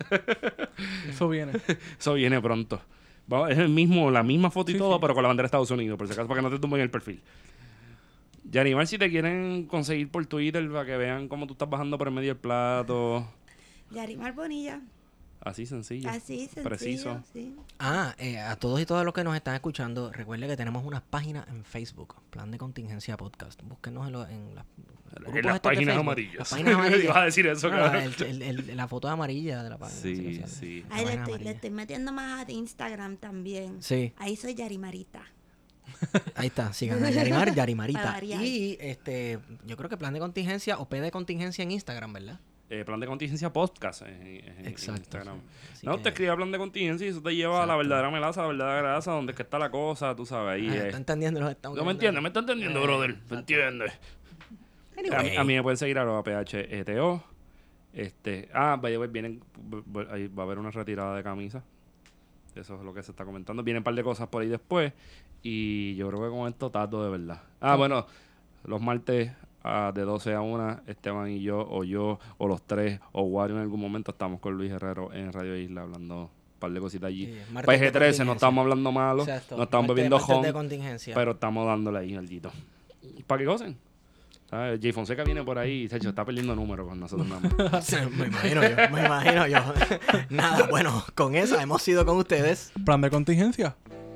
Eso viene. Eso viene pronto. Es la misma foto y Sí, todo, sí. pero con la bandera de Estados Unidos, por si acaso, para que no te tumben el perfil. Yanimal, si te quieren conseguir por Twitter para que vean cómo tú estás bajando por el medio del plato. Yarimar Bonilla. Así sencillo. Así, sencillo. Preciso. Sí. A todos y todas los que nos están escuchando, recuerden que tenemos unas páginas en Facebook, Plan de Contingencia Podcast. Búsquenos en las En grupos las estos de páginas Facebook. amarillas. Las páginas amarillas. Ibas a decir eso, No, cabrón. la foto amarilla de la página. Sí, no sé qué sea. sí. La Ahí página le amarilla. estoy metiendo más a Instagram también. Sí, Ahí soy Yarimarita. ahí está. Sigan a Yarimar, Yarimarita. Para variar. Y yo creo que Plan de Contingencia o P de Contingencia en Instagram, ¿verdad? Plan de contingencia podcast en Exacto. Instagram. sí. Así No, que- te escribe plan de contingencia y eso te lleva a la Exacto. verdadera melaza, la verdadera grasa, donde es que está la cosa, tú sabes. Ahí, ¿Está entendiendo lo que estamos no me queriendo entiendes, me está entendiendo, brother. ¿Me entiendes? Anyway. A mí me pueden seguir a PHETO. Vaya, vienen, ahí va a haber una retirada de camisa. Eso es lo que se está comentando. Vienen un par de cosas por ahí después. Y yo creo que con esto tato de verdad. Bueno, los martes de 12 a 1, Esteban y yo, o los tres, o Wario en algún momento estamos con Luis Herrero en Radio Isla hablando un par de cositas allí. Sí, martes de PG-13, no contingencia. estamos hablando malo, Exacto. no estamos Martes- bebiendo martes de home, contingencia. pero estamos dándole ahí alguito. ¿Para qué gocen? ¿Sabes? Jay Fonseca viene por ahí y se está perdiendo números con nosotros nada más. me imagino yo. Nada, bueno, con esa hemos ido con ustedes. Plan de contingencia.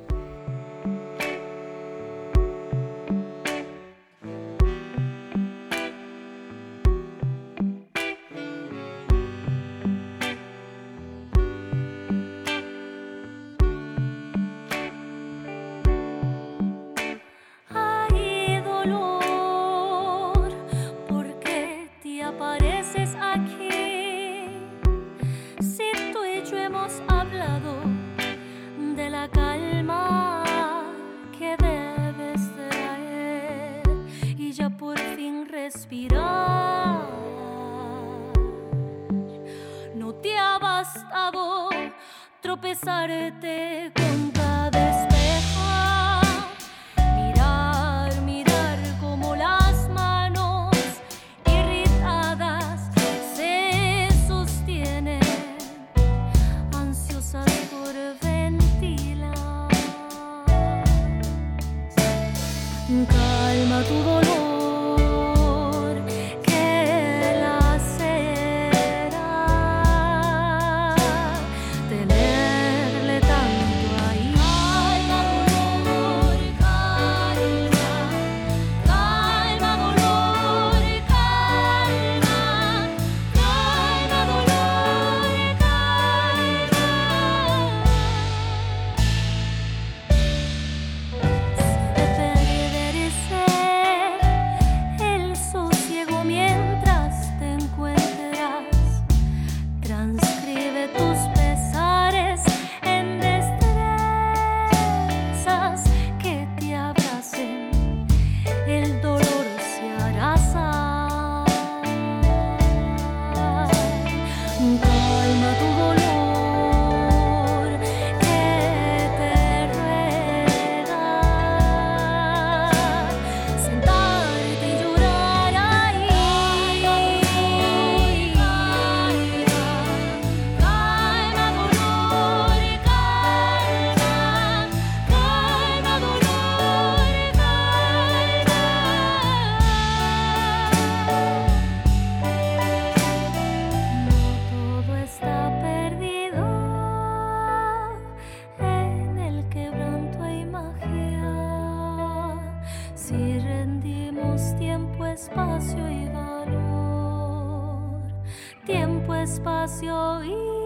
Hay dolor porque te apareces aquí. Si tú y yo hemos hablado de la calma que debes traer y ya por fin respirar, no te ha bastado tropezarte con cada espejo. Mirar como las manos irritadas se sostienen, ansiosas por ventilar. Calma tu dolor que lacera, tenerle tanto espacio y valor. Tiempo, espacio y